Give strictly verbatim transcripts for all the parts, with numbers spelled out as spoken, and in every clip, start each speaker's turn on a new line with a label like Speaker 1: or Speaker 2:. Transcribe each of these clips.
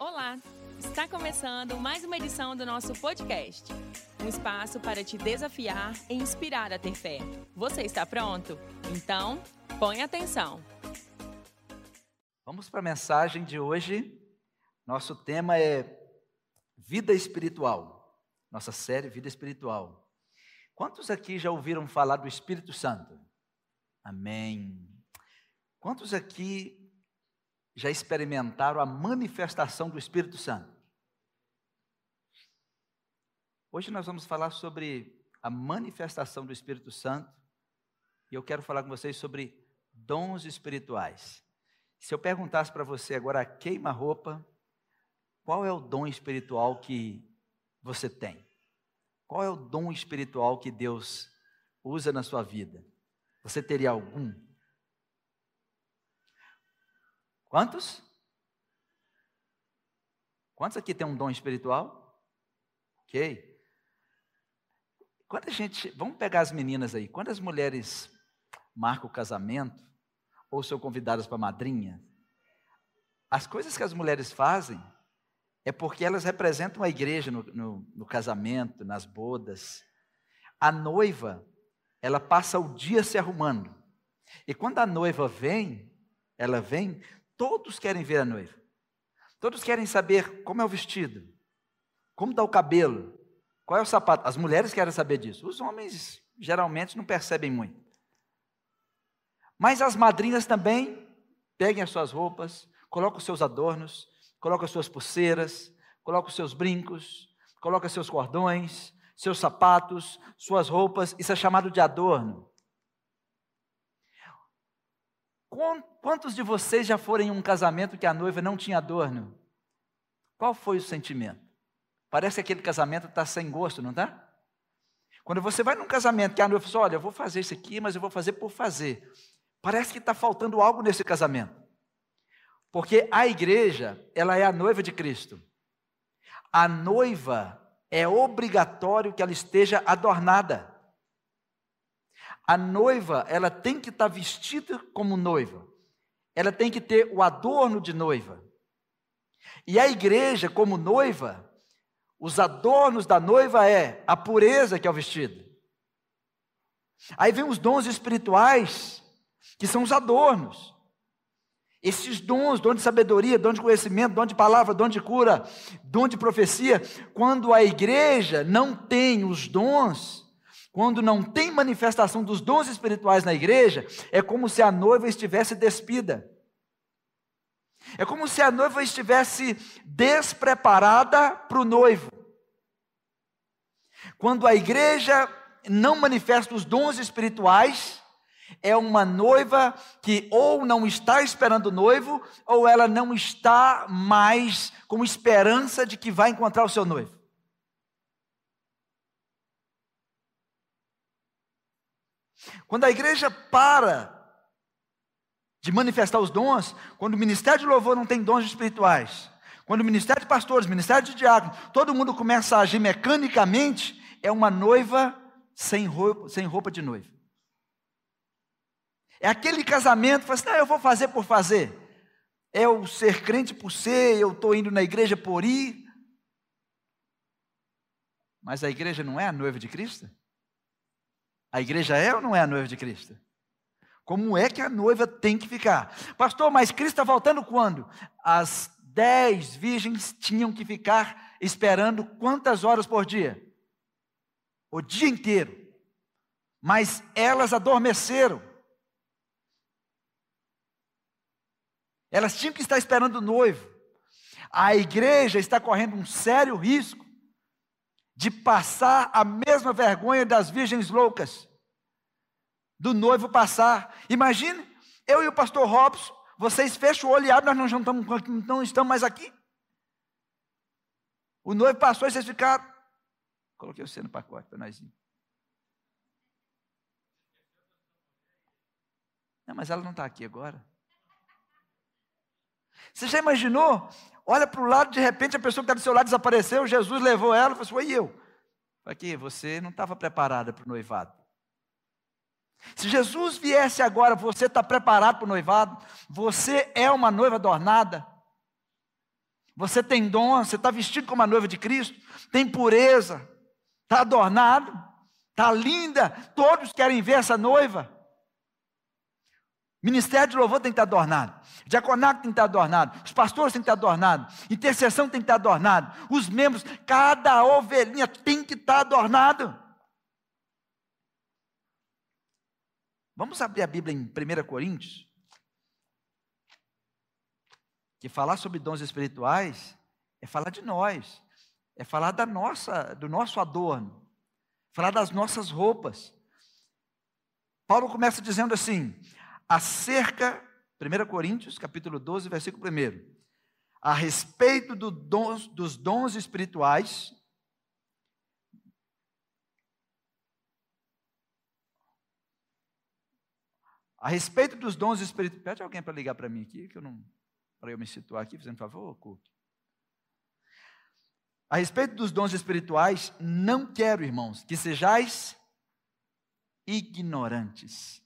Speaker 1: Olá! Está começando mais uma edição do nosso podcast. Um espaço para te desafiar e inspirar a ter fé. Você está pronto? Então, põe atenção.
Speaker 2: Vamos para a mensagem de hoje. Nosso tema é Vida Espiritual. Nossa série Vida Espiritual. Quantos aqui já ouviram falar do Espírito Santo? Amém. Quantos aqui já experimentaram a manifestação do Espírito Santo? Hoje nós vamos falar sobre a manifestação do Espírito Santo e eu quero falar com vocês sobre dons espirituais. Se eu perguntasse para você agora, queima-roupa, qual é o dom espiritual que você tem? Qual é o dom espiritual que Deus usa na sua vida? Você teria algum? Quantos? Quantos aqui tem um dom espiritual? Ok. Quanta gente, vamos pegar as meninas aí, quantas mulheres marcam o casamento ou são convidadas para madrinha? As coisas que as mulheres fazem é porque elas representam a igreja no, no, no casamento, nas bodas. A noiva, ela passa o dia se arrumando. E quando a noiva vem, ela vem, todos querem ver a noiva. Todos querem saber como é o vestido, como está o cabelo, qual é o sapato. As mulheres querem saber disso. Os homens geralmente não percebem muito. Mas as madrinhas também peguem as suas roupas, colocam os seus adornos, colocam as suas pulseiras, colocam os seus brincos, colocam seus cordões, seus sapatos, suas roupas. Isso é chamado de adorno. Quantos de vocês já foram em um casamento que a noiva não tinha adorno? Qual foi o sentimento? Parece que aquele casamento está sem gosto, não está? Quando você vai num casamento que a noiva fala, olha, eu vou fazer isso aqui, mas eu vou fazer por fazer. Parece que está faltando algo nesse casamento. Porque a igreja, ela é a noiva de Cristo. A noiva é obrigatório que ela esteja adornada. A noiva, ela tem que estar vestida como noiva. Ela tem que ter o adorno de noiva. E a igreja, como noiva, os adornos da noiva é a pureza, que é o vestido. Aí vem os dons espirituais, que são os adornos. Esses dons, dom de sabedoria, dom de conhecimento, dom de palavra, dom de cura, dom de profecia, quando a igreja não tem os dons, quando não tem manifestação dos dons espirituais na igreja, é como se a noiva estivesse despida. É como se a noiva estivesse despreparada para o noivo. Quando a igreja não manifesta os dons espirituais, é uma noiva que ou não está esperando o noivo, ou ela não está mais com esperança de que vai encontrar o seu noivo. Quando a igreja para de manifestar os dons, quando o ministério de louvor não tem dons espirituais, quando o ministério de pastores, ministério de diáconos, todo mundo começa a agir mecanicamente, é uma noiva sem roupa, sem roupa de noiva. É aquele casamento que fala assim, não, eu vou fazer por fazer. É o ser crente por ser, eu estou indo na igreja por ir. Mas a igreja não é a noiva de Cristo? A igreja é ou não é a noiva de Cristo? Como é que a noiva tem que ficar? Pastor, mas Cristo está voltando quando? As dez virgens tinham que ficar esperando quantas horas por dia? O dia inteiro. Mas elas adormeceram. Elas tinham que estar esperando o noivo. A igreja está correndo um sério risco de passar a mesma vergonha das virgens loucas, do noivo passar. Imagine, eu e o pastor Robson, vocês fecham o olho e abrem, nós não estamos, não estamos mais aqui. O noivo passou e vocês ficaram. Coloquei você no pacote para nós ir. Não, mas ela não está aqui agora. Você já imaginou? Olha para o lado, de repente a pessoa que está do seu lado desapareceu, Jesus levou ela e falou assim, foi eu. Aqui, você não estava preparada para o noivado. Se Jesus viesse agora, você está preparado para o noivado? Você é uma noiva adornada? Você tem dom, você está vestido como a noiva de Cristo, tem pureza, está adornado, está linda, todos querem ver essa noiva. Ministério de louvor tem que estar adornado, diaconato tem que estar adornado, os pastores têm que estar adornados, intercessão tem que estar adornado, os membros, cada ovelhinha tem que estar adornado. Vamos abrir a Bíblia em primeira Coríntios, que falar sobre dons espirituais é falar de nós, é falar da nossa, do nosso adorno, falar das nossas roupas. Paulo começa dizendo assim, acerca, primeira Coríntios, capítulo doze, versículo um, a respeito do dons, dos dons espirituais, a respeito dos dons espirituais, pede alguém para ligar para mim aqui, que eu não, para eu me situar aqui, fazendo favor, Couto. A respeito dos dons espirituais, não quero, irmãos, que sejais ignorantes.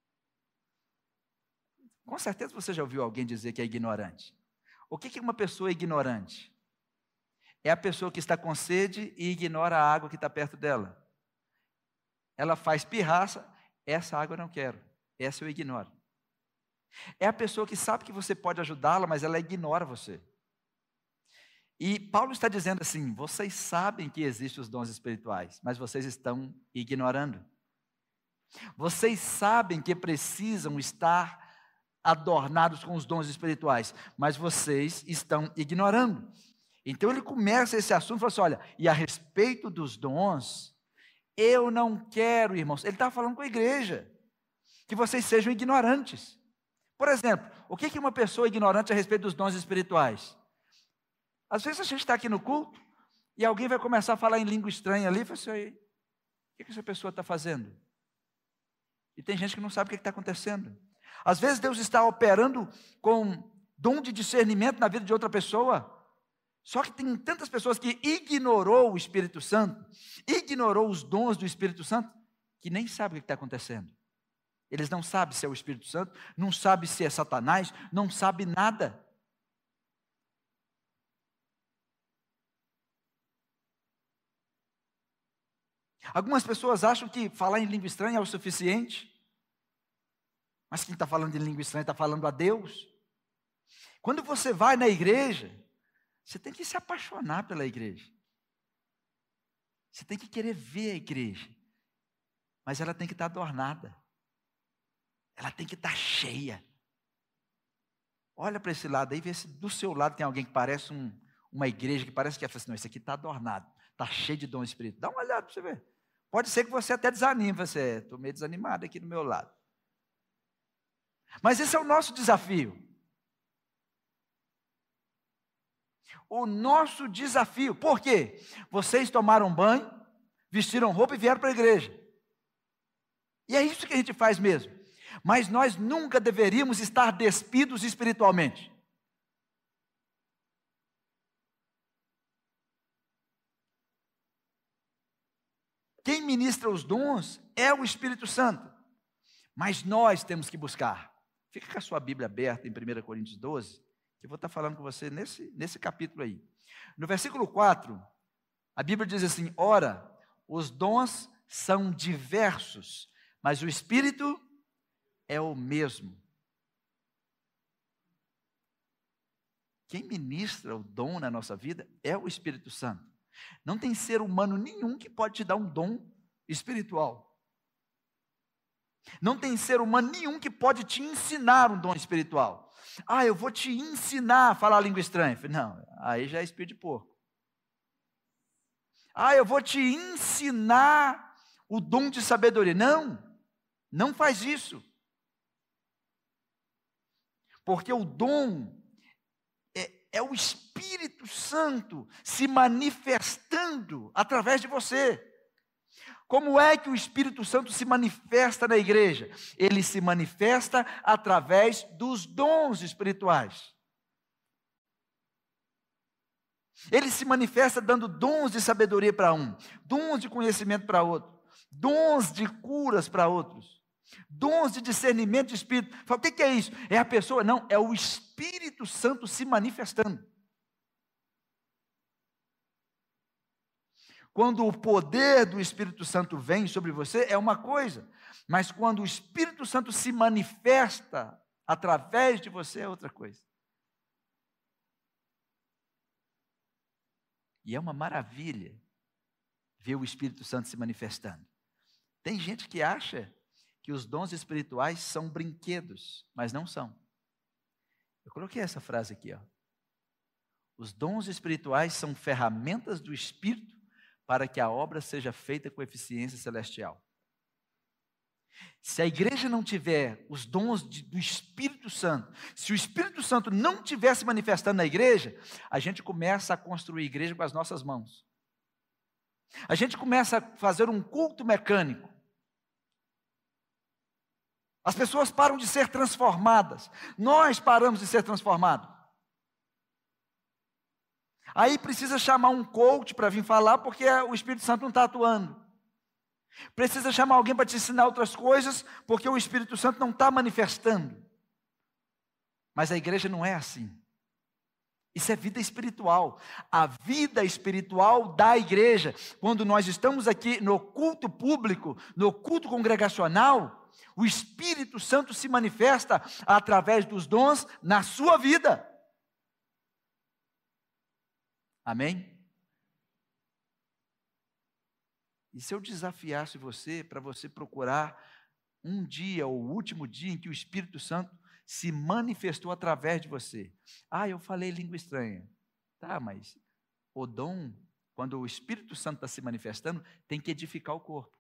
Speaker 2: Com certeza você já ouviu alguém dizer que é ignorante. O que é uma pessoa ignorante? É a pessoa que está com sede e ignora a água que está perto dela. Ela faz pirraça, essa água eu não quero, essa eu ignoro. É a pessoa que sabe que você pode ajudá-la, mas ela ignora você. E Paulo está dizendo assim, vocês sabem que existem os dons espirituais, mas vocês estão ignorando. Vocês sabem que precisam estar adornados com os dons espirituais, mas vocês estão ignorando. Então ele começa esse assunto e fala assim, olha, e a respeito dos dons, eu não quero, irmãos, ele está falando com a igreja, que vocês sejam ignorantes. Por exemplo, o que é uma pessoa ignorante a respeito dos dons espirituais? Às vezes a gente está aqui no culto, e alguém vai começar a falar em língua estranha ali, e fala assim, o que, que essa pessoa está fazendo? E tem gente que não sabe o que está acontecendo. Às vezes Deus está operando com dom de discernimento na vida de outra pessoa. Só que tem tantas pessoas que ignorou o Espírito Santo, ignorou os dons do Espírito Santo, que nem sabem o que está acontecendo. Eles não sabem se é o Espírito Santo, não sabem se é Satanás, não sabem nada. Algumas pessoas acham que falar em língua estranha é o suficiente. Mas quem está falando em língua estranha está falando a Deus. Quando você vai na igreja, você tem que se apaixonar pela igreja. Você tem que querer ver a igreja. Mas ela tem que estar adornada. Ela tem que estar cheia. Olha para esse lado aí, vê se do seu lado tem alguém que parece um, uma igreja, que parece que é assim, não, esse aqui está adornado, está cheio de dom espírito. Dá uma olhada para você ver. Pode ser que você até desanime, você, estou meio desanimado aqui do meu lado. Mas esse é o nosso desafio. O nosso desafio. Por quê? Vocês tomaram banho, vestiram roupa e vieram para a igreja. E é isso que a gente faz mesmo. Mas nós nunca deveríamos estar despidos espiritualmente. Quem ministra os dons é o Espírito Santo. Mas nós temos que buscar. Fica com a sua Bíblia aberta em primeira Coríntios doze, que eu vou estar falando com você nesse, nesse capítulo aí. No versículo quatro, a Bíblia diz assim, ora, os dons são diversos, mas o Espírito é o mesmo. Quem ministra o dom na nossa vida é o Espírito Santo. Não tem ser humano nenhum que pode te dar um dom espiritual. Não tem ser humano nenhum que pode te ensinar um dom espiritual. Ah, eu vou te ensinar a falar língua estranha. Não, aí já é espírito de porco. Ah, eu vou te ensinar o dom de sabedoria. Não, não faz isso. Porque o dom é, é o Espírito Santo se manifestando através de você. Como é que o Espírito Santo se manifesta na igreja? Ele se manifesta através dos dons espirituais. Ele se manifesta dando dons de sabedoria para um, dons de conhecimento para outro, dons de curas para outros, dons de discernimento de espírito. Fala, o que é isso? É a pessoa? Não, é o Espírito Santo se manifestando. Quando o poder do Espírito Santo vem sobre você, é uma coisa. Mas quando o Espírito Santo se manifesta através de você, é outra coisa. E é uma maravilha ver o Espírito Santo se manifestando. Tem gente que acha que os dons espirituais são brinquedos, mas não são. Eu coloquei essa frase aqui, ó. Os dons espirituais são ferramentas do Espírito para que a obra seja feita com eficiência celestial. Se a igreja não tiver os dons de, do Espírito Santo, se o Espírito Santo não estiver se manifestando na igreja, a gente começa a construir igreja com as nossas mãos. A gente começa a fazer um culto mecânico. As pessoas param de ser transformadas. Nós paramos de ser transformados. Aí precisa chamar um coach para vir falar, porque o Espírito Santo não está atuando. Precisa chamar alguém para te ensinar outras coisas, porque o Espírito Santo não está manifestando. Mas a igreja não é assim. Isso é vida espiritual. A vida espiritual da igreja, quando nós estamos aqui no culto público, no culto congregacional, o Espírito Santo se manifesta através dos dons na sua vida. Amém? E se eu desafiasse você para você procurar um dia, ou o último dia em que o Espírito Santo se manifestou através de você? Ah, eu falei língua estranha. Tá, mas o dom, quando o Espírito Santo está se manifestando, tem que edificar o corpo.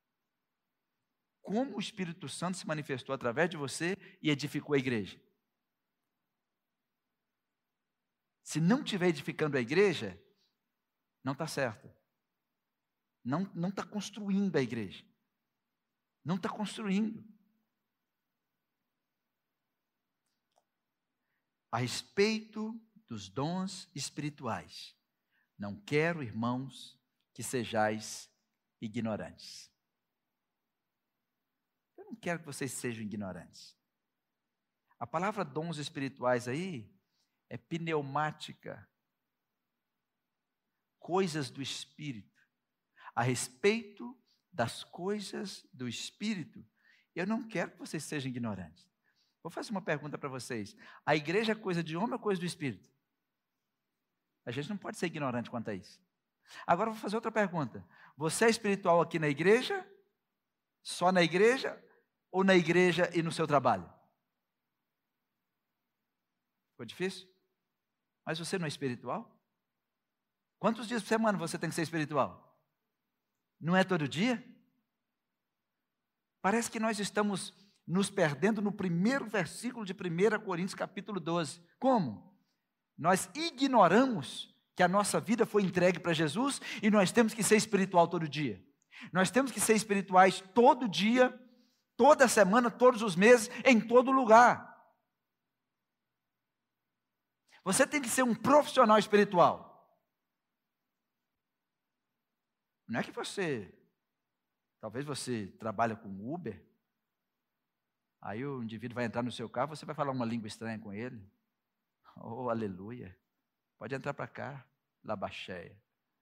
Speaker 2: Como o Espírito Santo se manifestou através de você e edificou a igreja? Se não estiver edificando a igreja, não está certo. Não não está construindo a igreja. Não está construindo. A respeito dos dons espirituais, não quero, irmãos, que sejais ignorantes. Eu não quero que vocês sejam ignorantes. A palavra dons espirituais aí é pneumática. Coisas do Espírito. A respeito das coisas do Espírito, eu não quero que vocês sejam ignorantes. Vou fazer uma pergunta para vocês. A igreja é coisa de homem ou coisa do Espírito? A gente não pode ser ignorante quanto a isso. Agora eu vou fazer outra pergunta. Você é espiritual aqui na igreja? Só na igreja? Ou na igreja e no seu trabalho? Ficou difícil? Mas você não é espiritual? Quantos dias por semana você tem que ser espiritual? Não é todo dia? Parece que nós estamos nos perdendo no primeiro versículo de primeira Coríntios capítulo doze. Como? Nós ignoramos que a nossa vida foi entregue para Jesus e nós temos que ser espiritual todo dia. Nós temos que ser espirituais todo dia, toda semana, todos os meses, em todo lugar. Você tem que ser um profissional espiritual. Não é que você, talvez você trabalha com Uber, aí o indivíduo vai entrar no seu carro, você vai falar uma língua estranha com ele. Oh, aleluia. Pode entrar para cá, labacheia.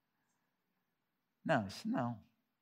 Speaker 2: Não, isso não.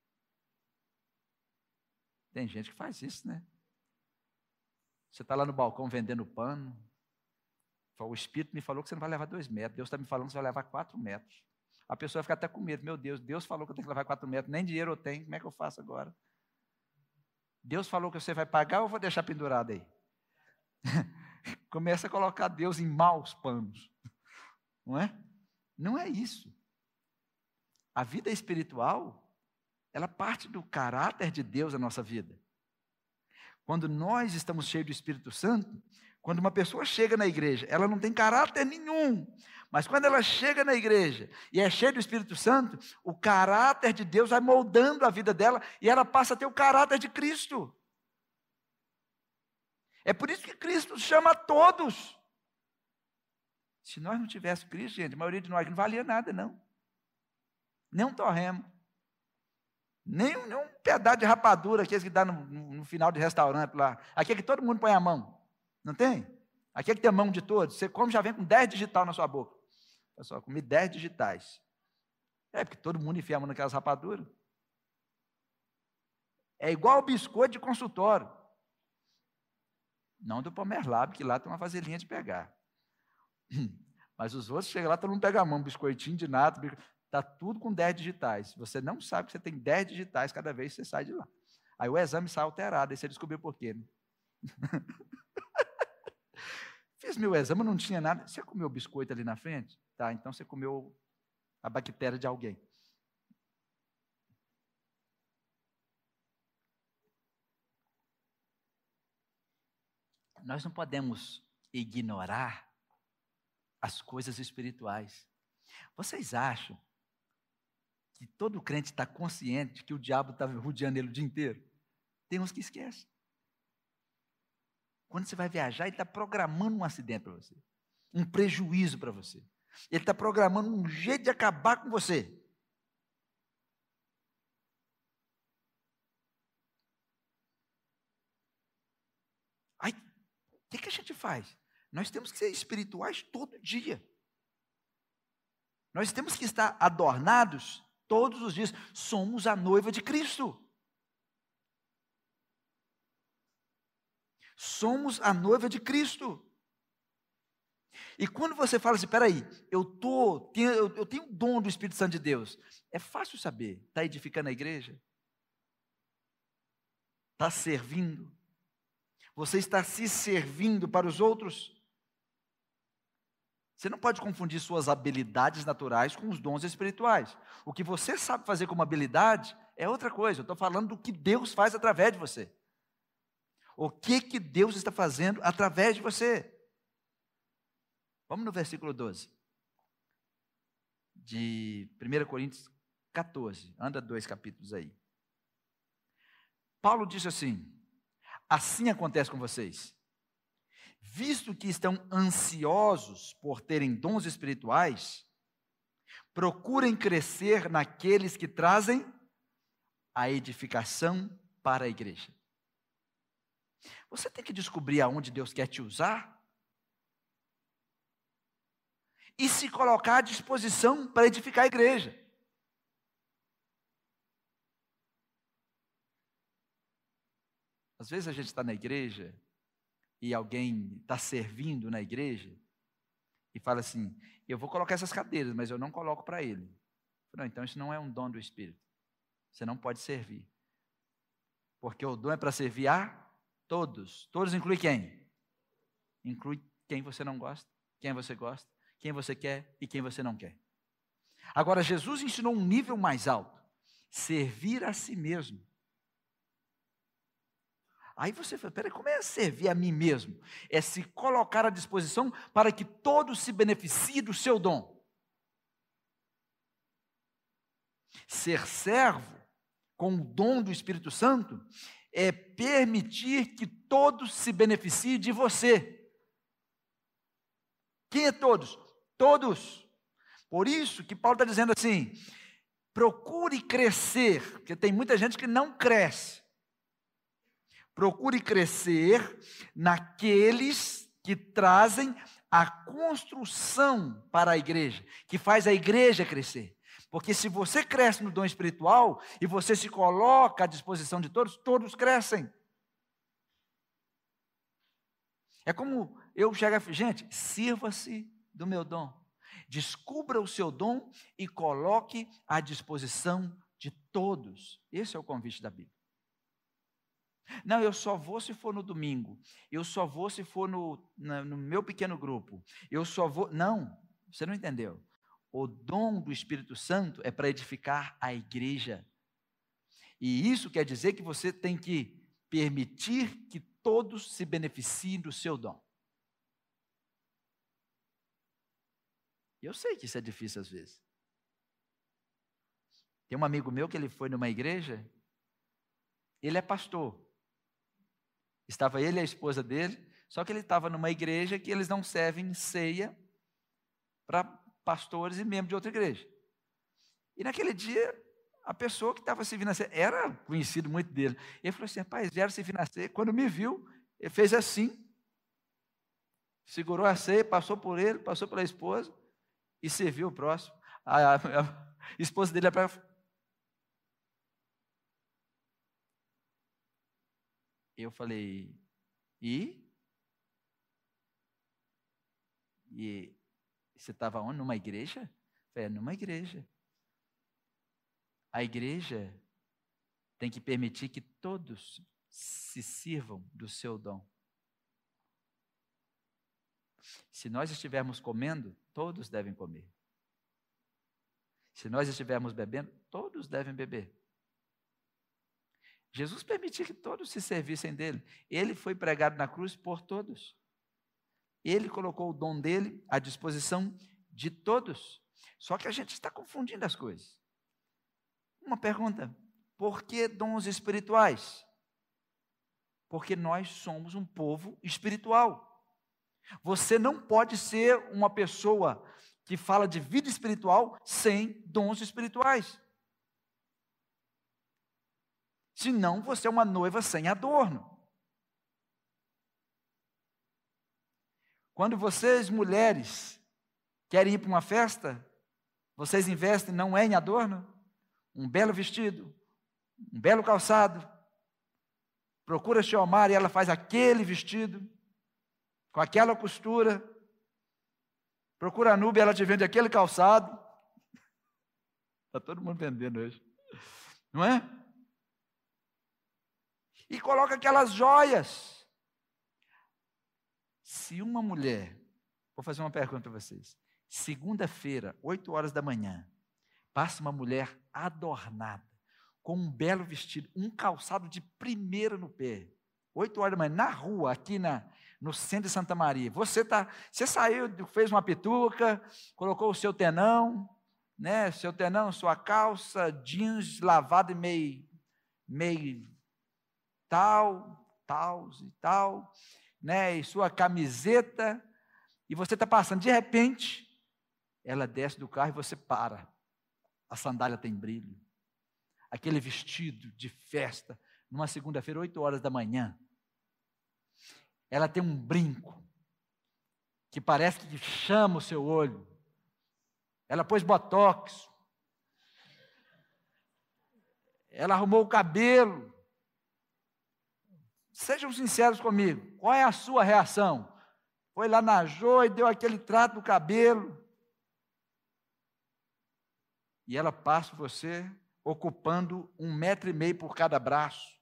Speaker 2: Tem gente que faz isso, né? Você está lá no balcão vendendo pano, o Espírito me falou que você não vai levar dois metros, Deus está me falando que você vai levar quatro metros. A pessoa fica até com medo. Meu Deus, Deus falou que eu tenho que levar quatro metros, nem dinheiro eu tenho, como é que eu faço agora? Deus falou que você vai pagar ou eu vou deixar pendurado aí? Começa a colocar Deus em maus panos. Não é? Não é isso. A vida espiritual, ela parte do caráter de Deus na nossa vida. Quando nós estamos cheios do Espírito Santo, quando uma pessoa chega na igreja, ela não tem caráter nenhum. Mas quando ela chega na igreja e é cheia do Espírito Santo, o caráter de Deus vai moldando a vida dela e ela passa a ter o caráter de Cristo. É por isso que Cristo chama a todos. Se nós não tivéssemos Cristo, gente, a maioria de nós não valia nada, não. Nem um torremo. Nem um, nem um pedaço de rapadura, aqueles que dá no, no, no final de restaurante lá. Aqui é que todo mundo põe a mão. Não tem? Aqui é que tem a mão de todos. Você come, já vem com dez digital na sua boca. Pessoal, comi dez digitais. É, porque todo mundo enfia a mão naquelas rapaduras. É igual o biscoito de consultório. Não do Palmer Lab, que lá tem uma vasilhinha de pegar. Mas os outros chegam lá, todo mundo pega a mão, biscoitinho de nata, está tudo com dez digitais. Você não sabe que você tem dez digitais cada vez que você sai de lá. Aí o exame sai alterado, aí você descobriu por quê. Né? Fiz meu exame, não tinha nada. Você comeu biscoito ali na frente? Tá, então você comeu a bactéria de alguém. Nós não podemos ignorar as coisas espirituais. Vocês acham que todo crente está consciente que o diabo está rodeando ele o dia inteiro? Tem uns que esquecem. Quando você vai viajar, ele está programando um acidente para você, um prejuízo para você. Ele está programando um jeito de acabar com você. Aí, o que, que a gente faz? Nós temos que ser espirituais todo dia. Nós temos que estar adornados todos os dias. Somos a noiva de Cristo. Somos a noiva de Cristo. E quando você fala assim, peraí, eu, tô, tenho, eu, eu tenho o dom do Espírito Santo de Deus, é fácil saber. Está edificando a igreja? Está servindo? Você está se servindo para os outros? Você não pode confundir suas habilidades naturais com os dons espirituais. O que você sabe fazer como habilidade é outra coisa. Eu estou falando do que Deus faz através de você. O que, que Deus está fazendo através de você? Vamos no versículo doze. De primeira Coríntios quatorze. Anda dois capítulos aí. Paulo diz assim: assim acontece com vocês. Visto que estão ansiosos por terem dons espirituais, procurem crescer naqueles que trazem a edificação para a igreja. Você tem que descobrir aonde Deus quer te usar e se colocar à disposição para edificar a igreja. Às vezes a gente está na igreja e alguém está servindo na igreja e fala assim, eu vou colocar essas cadeiras, mas eu não coloco para ele. Não, então isso não é um dom do Espírito. Você não pode servir. Porque o dom é para servir a todos. Todos inclui quem? Inclui quem você não gosta, quem você gosta, quem você quer e quem você não quer. Agora, Jesus ensinou um nível mais alto. Servir a si mesmo. Aí você fala, peraí, como é servir a mim mesmo? É se colocar à disposição para que todos se beneficiem do seu dom. Ser servo com o dom do Espírito Santo é permitir que todos se beneficiem de você. Quem é todos? Todos. Por isso que Paulo está dizendo assim, procure crescer, porque tem muita gente que não cresce. Procure crescer naqueles que trazem a construção para a igreja, que faz a igreja crescer. Porque se você cresce no dom espiritual e você se coloca à disposição de todos, todos crescem. É como eu chegar e falar, gente, sirva-se do meu dom. Descubra o seu dom e coloque à disposição de todos. Esse é o convite da Bíblia. Não, eu só vou se for no domingo. Eu só vou se for no, na, no meu pequeno grupo. Eu só vou... Não, você não entendeu. O dom do Espírito Santo é para edificar a igreja. E isso quer dizer que você tem que permitir que todos se beneficiem do seu dom. Eu sei que isso é difícil às vezes. Tem um amigo meu que ele foi numa igreja, ele é pastor. Estava ele e a esposa dele, só que ele estava numa igreja que eles não servem ceia para pastores e membros de outra igreja. E naquele dia, a pessoa que estava servindo a ceia, era conhecido muito dele. Ele falou assim, rapaz, vieram servir na ceia. Quando me viu, ele fez assim, segurou a ceia, passou por ele, passou pela esposa e serviu o próximo. A, a, A esposa dele é para... Eu falei, e? E você estava onde? Numa igreja? É, numa igreja. A igreja tem que permitir que todos se sirvam do seu dom. Se nós estivermos comendo, todos devem comer. Se nós estivermos bebendo, todos devem beber. Jesus permitiu que todos se servissem dele. Ele foi pregado na cruz por todos. Ele colocou o dom dele à disposição de todos. Só que a gente está confundindo as coisas. Uma pergunta: por que dons espirituais? Porque nós somos um povo espiritual. Você não pode ser uma pessoa que fala de vida espiritual sem dons espirituais. Senão você é uma noiva sem adorno. Quando vocês, mulheres, querem ir para uma festa, vocês investem não é em adorno? Um belo vestido, um belo calçado. Procura a Xiomara e ela faz aquele vestido, com aquela costura. Procura a Núbia e ela te vende aquele calçado. Está todo mundo vendendo hoje. Não é? E coloca aquelas joias. Se uma mulher, vou fazer uma pergunta para vocês. Segunda-feira, oito horas da manhã, passa uma mulher adornada, com um belo vestido, um calçado de primeira no pé. Oito horas da manhã, na rua, aqui na, no centro de Santa Maria. Você, tá, você saiu, fez uma pituca, colocou o seu tenão, né? Seu tenão, sua calça, jeans lavado e meio, meio tal, tal e tal, né? E sua camiseta, e você está passando, de repente, ela desce do carro e você para. A sandália tem brilho. Aquele vestido de festa, numa segunda-feira, oito horas da manhã. Ela tem um brinco, que parece que chama o seu olho. Ela pôs botox. Ela arrumou o cabelo. Sejam sinceros comigo, qual é a sua reação? Foi lá na joia e deu aquele trato no cabelo. E ela passa você ocupando um metro e meio por cada braço.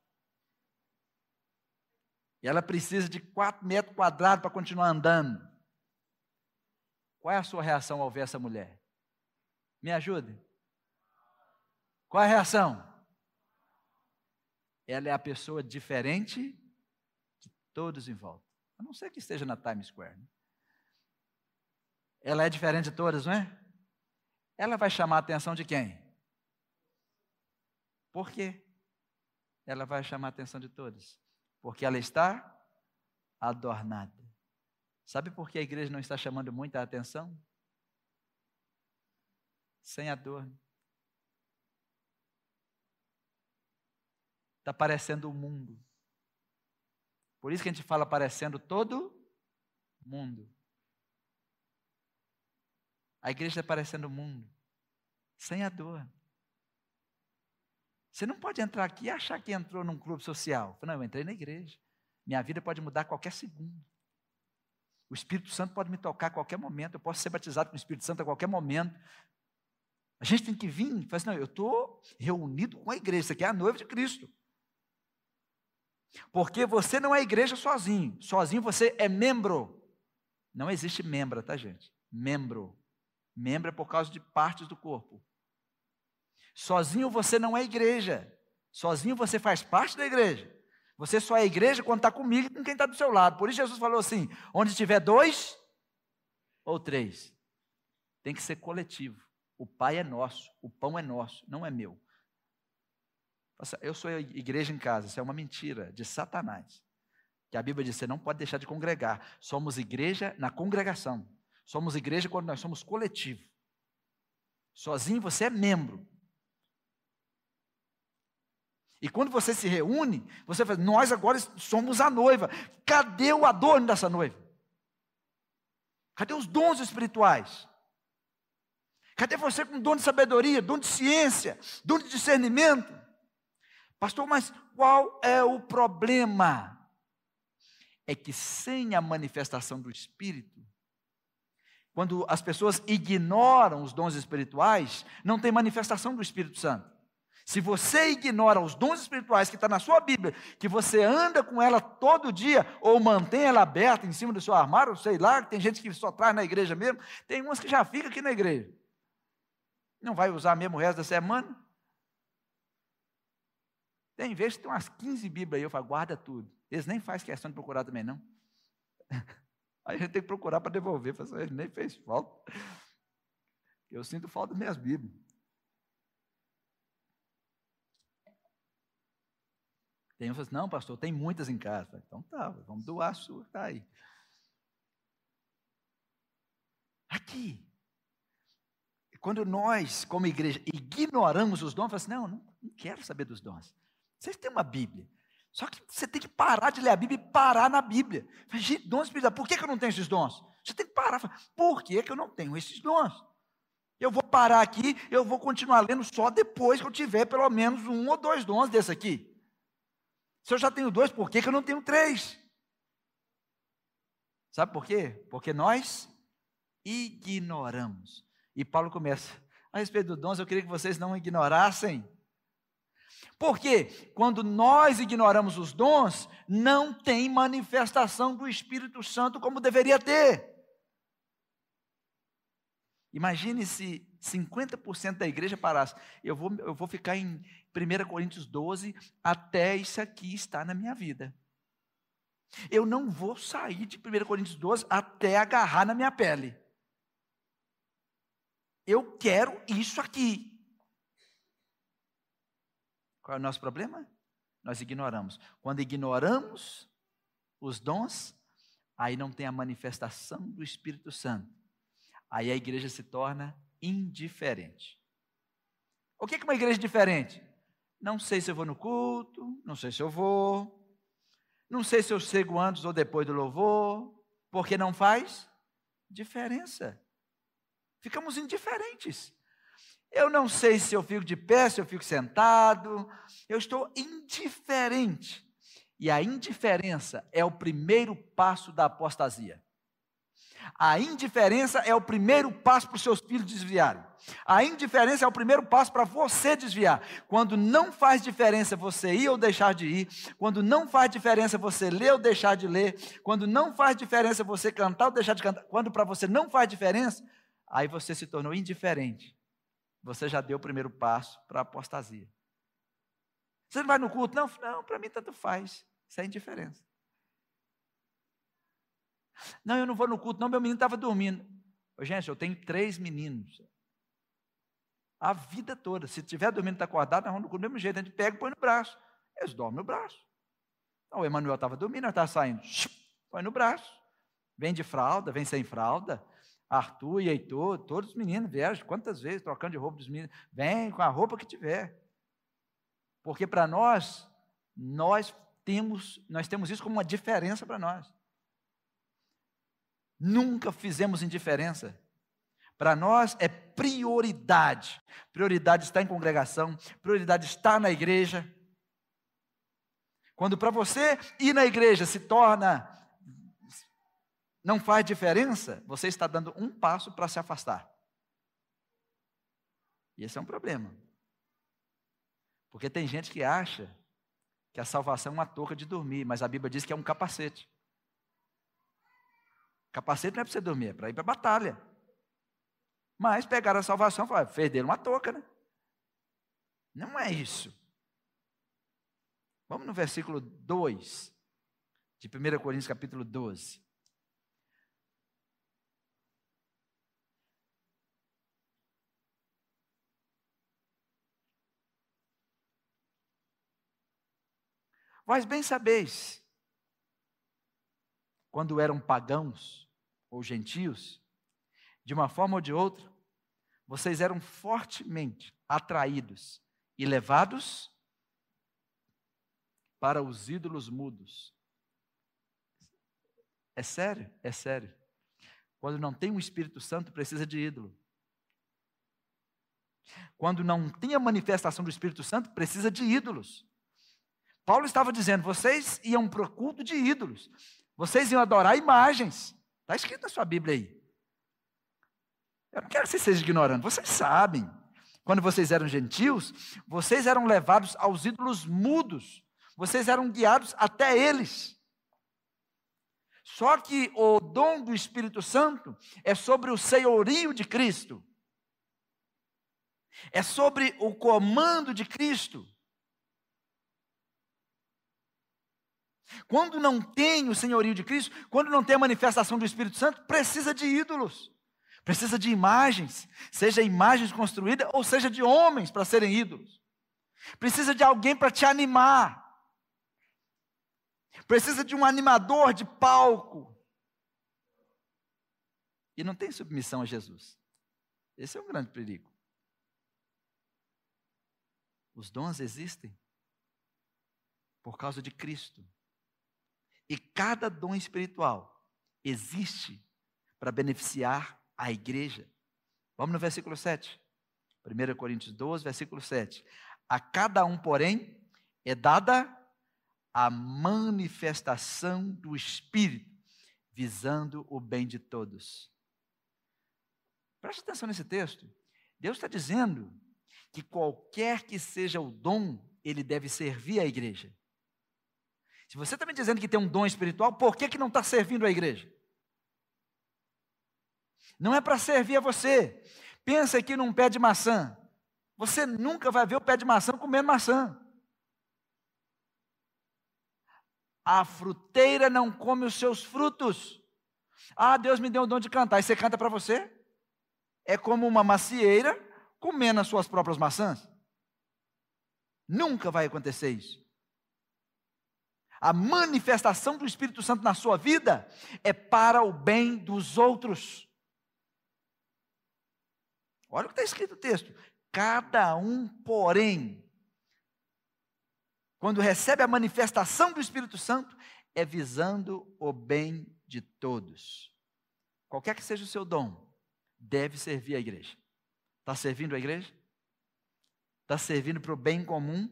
Speaker 2: E ela precisa de quatro metros quadrados para continuar andando. Qual é a sua reação ao ver essa mulher? Me ajude. Qual é a reação? Ela é a pessoa diferente de todos em volta. A não ser que esteja na Times Square. Né? Ela é diferente de todas, não é? Ela vai chamar a atenção de quem? Por quê? Ela vai chamar a atenção de todos. Porque ela está adornada. Sabe por que a igreja não está chamando muita atenção? Sem adorno. Está parecendo o mundo. Por isso que a gente fala parecendo todo mundo. A igreja está parecendo o mundo. Sem adorno. Você não pode entrar aqui e achar que entrou num clube social. Não, eu entrei na igreja. Minha vida pode mudar a qualquer segundo. O Espírito Santo pode me tocar a qualquer momento. Eu posso ser batizado com o Espírito Santo a qualquer momento. A gente tem que vir e falar assim, não, eu estou reunido com a igreja. Isso aqui é a noiva de Cristo. Porque você não é igreja sozinho. Sozinho você é membro. Não existe membro, tá, gente? Membro. Membro é por causa de partes do corpo. Sozinho você não é igreja. Sozinho você faz parte da igreja. Você só é igreja quando está comigo e com quem está do seu lado. Por isso Jesus falou assim, onde tiver dois ou três, tem que ser coletivo. O Pai é nosso, o pão é nosso, não é meu. Eu sou igreja em casa, isso é uma mentira de Satanás. Que a Bíblia diz, você não pode deixar de congregar. Somos igreja na congregação. Somos igreja quando nós somos coletivo. Sozinho você é membro. E quando você se reúne, você fala, nós agora somos a noiva. Cadê o adorno dessa noiva? Cadê os dons espirituais? Cadê você com dom de sabedoria, dom de ciência, dom de discernimento? Pastor, mas qual é o problema? É que sem a manifestação do Espírito, quando as pessoas ignoram os dons espirituais, não tem manifestação do Espírito Santo. Se você ignora os dons espirituais que está na sua Bíblia, que você anda com ela todo dia, ou mantém ela aberta em cima do seu armário, sei lá, tem gente que só traz na igreja mesmo, tem umas que já ficam aqui na igreja. Não vai usar mesmo o resto da semana? Tem vezes que tem umas quinze Bíblias aí, eu falo, guarda tudo. Eles nem fazem questão de procurar também, não. Aí a gente tem que procurar para devolver, falo, ele nem fez falta. Eu sinto falta das minhas Bíblias. Tem um que fala assim, não, pastor, tem muitas em casa. Falo, então tá, vamos doar a sua, tá aí. Aqui. Quando nós, como igreja, ignoramos os dons, falamos assim, não, não, não quero saber dos dons. Vocês têm uma Bíblia. Só que você tem que parar de ler a Bíblia e parar na Bíblia. Gente, dons espirituais, por que eu não tenho esses dons? Você tem que parar e falar, por que eu não tenho esses dons? Eu vou parar aqui, eu vou continuar lendo só depois que eu tiver pelo menos um ou dois dons desse aqui. Se eu já tenho dois, por que eu não tenho três? Sabe por quê? Porque nós ignoramos. E Paulo começa, a respeito dos dons, eu queria que vocês não ignorassem. Porque quando nós ignoramos os dons, não tem manifestação do Espírito Santo como deveria ter. Imagine se cinquenta por cento da igreja parasse. Eu vou, eu vou ficar em primeira Coríntios doze até isso aqui estar na minha vida. Eu não vou sair de primeira Coríntios doze até agarrar na minha pele. Eu quero isso aqui. Qual é o nosso problema? Nós ignoramos. Quando ignoramos os dons, aí não tem a manifestação do Espírito Santo. Aí a igreja se torna indiferente. O que é uma igreja diferente? Não sei se eu vou no culto, não sei se eu vou, não sei se eu chego antes ou depois do louvor, porque não faz diferença. Ficamos indiferentes. Eu não sei se eu fico de pé, se eu fico sentado, eu estou indiferente. E a indiferença é o primeiro passo da apostasia. A indiferença é o primeiro passo para os seus filhos desviarem. A indiferença é o primeiro passo para você desviar. Quando não faz diferença você ir ou deixar de ir, quando não faz diferença você ler ou deixar de ler, quando não faz diferença você cantar ou deixar de cantar, quando para você não faz diferença, aí você se tornou indiferente. Você já deu o primeiro passo para a apostasia. Você não vai no culto? Não, não, para mim tanto faz. Isso é indiferença. Não, eu não vou no culto, não, meu menino estava dormindo. Gente, eu tenho três meninos. A vida toda. Se estiver dormindo e está acordado, nós vamos no culto do mesmo jeito. A gente pega e põe no braço. Eles dormem no braço. Então, o Emanuel estava dormindo, nós estávamos saindo. Põe no braço. Vem de fralda, vem sem fralda. Arthur e Heitor, todos os meninos vieram, quantas vezes, trocando de roupa dos meninos, vem com a roupa que tiver, porque para nós, nós temos, nós temos isso como uma diferença para nós, nunca fizemos indiferença, para nós é prioridade, prioridade está em congregação, prioridade está na igreja, quando para você ir na igreja se torna não faz diferença, você está dando um passo para se afastar. E esse é um problema. Porque tem gente que acha que a salvação é uma touca de dormir, mas a Bíblia diz que é um capacete. Capacete não é para você dormir, é para ir para a batalha. Mas pegaram a salvação e falaram, fez dele uma touca, né? Não é isso. Vamos no versículo dois, de primeira Coríntios capítulo doze. Vós bem sabeis, quando eram pagãos ou gentios, de uma forma ou de outra, vocês eram fortemente atraídos e levados para os ídolos mudos. É sério? É sério. Quando não tem um Espírito Santo, precisa de ídolo. Quando não tem a manifestação do Espírito Santo, precisa de ídolos. Paulo estava dizendo, vocês iam para o culto de ídolos. Vocês iam adorar imagens. Está escrito na sua Bíblia aí. Eu não quero que vocês sejam ignorantes. Vocês sabem. Quando vocês eram gentios, vocês eram levados aos ídolos mudos. Vocês eram guiados até eles. Só que o dom do Espírito Santo é sobre o senhorio de Cristo. É sobre o comando de Cristo. Quando não tem o senhorio de Cristo, quando não tem a manifestação do Espírito Santo, precisa de ídolos. Precisa de imagens, seja imagens construídas ou seja de homens para serem ídolos. Precisa de alguém para te animar. Precisa de um animador de palco. E não tem submissão a Jesus. Esse é um grande perigo. Os dons existem por causa de Cristo. E cada dom espiritual existe para beneficiar a igreja. Vamos no versículo sete. primeira Coríntios doze, versículo sete. A cada um, porém, é dada a manifestação do Espírito, visando o bem de todos. Preste atenção nesse texto. Deus está dizendo que qualquer que seja o dom, ele deve servir à igreja. Se você está me dizendo que tem um dom espiritual, por que, que não está servindo à igreja? Não é para servir a você. Pensa aqui num pé de maçã. Você nunca vai ver o pé de maçã comendo maçã. A fruteira não come os seus frutos. Ah, Deus me deu o dom de cantar. E você canta para você? É como uma macieira comendo as suas próprias maçãs. Nunca vai acontecer isso. A manifestação do Espírito Santo na sua vida é para o bem dos outros. Olha o que está escrito no texto. Cada um, porém, quando recebe a manifestação do Espírito Santo, é visando o bem de todos. Qualquer que seja o seu dom, deve servir a igreja. Está servindo a igreja? Está servindo para o bem comum?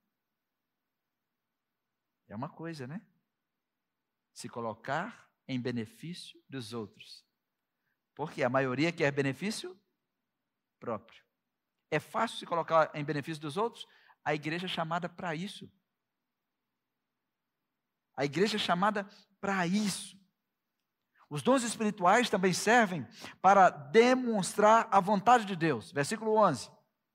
Speaker 2: É uma coisa, né? Se colocar em benefício dos outros. Porque a maioria quer benefício próprio. É fácil se colocar em benefício dos outros? A igreja é chamada para isso. A igreja é chamada para isso. Os dons espirituais também servem para demonstrar a vontade de Deus. Versículo onze.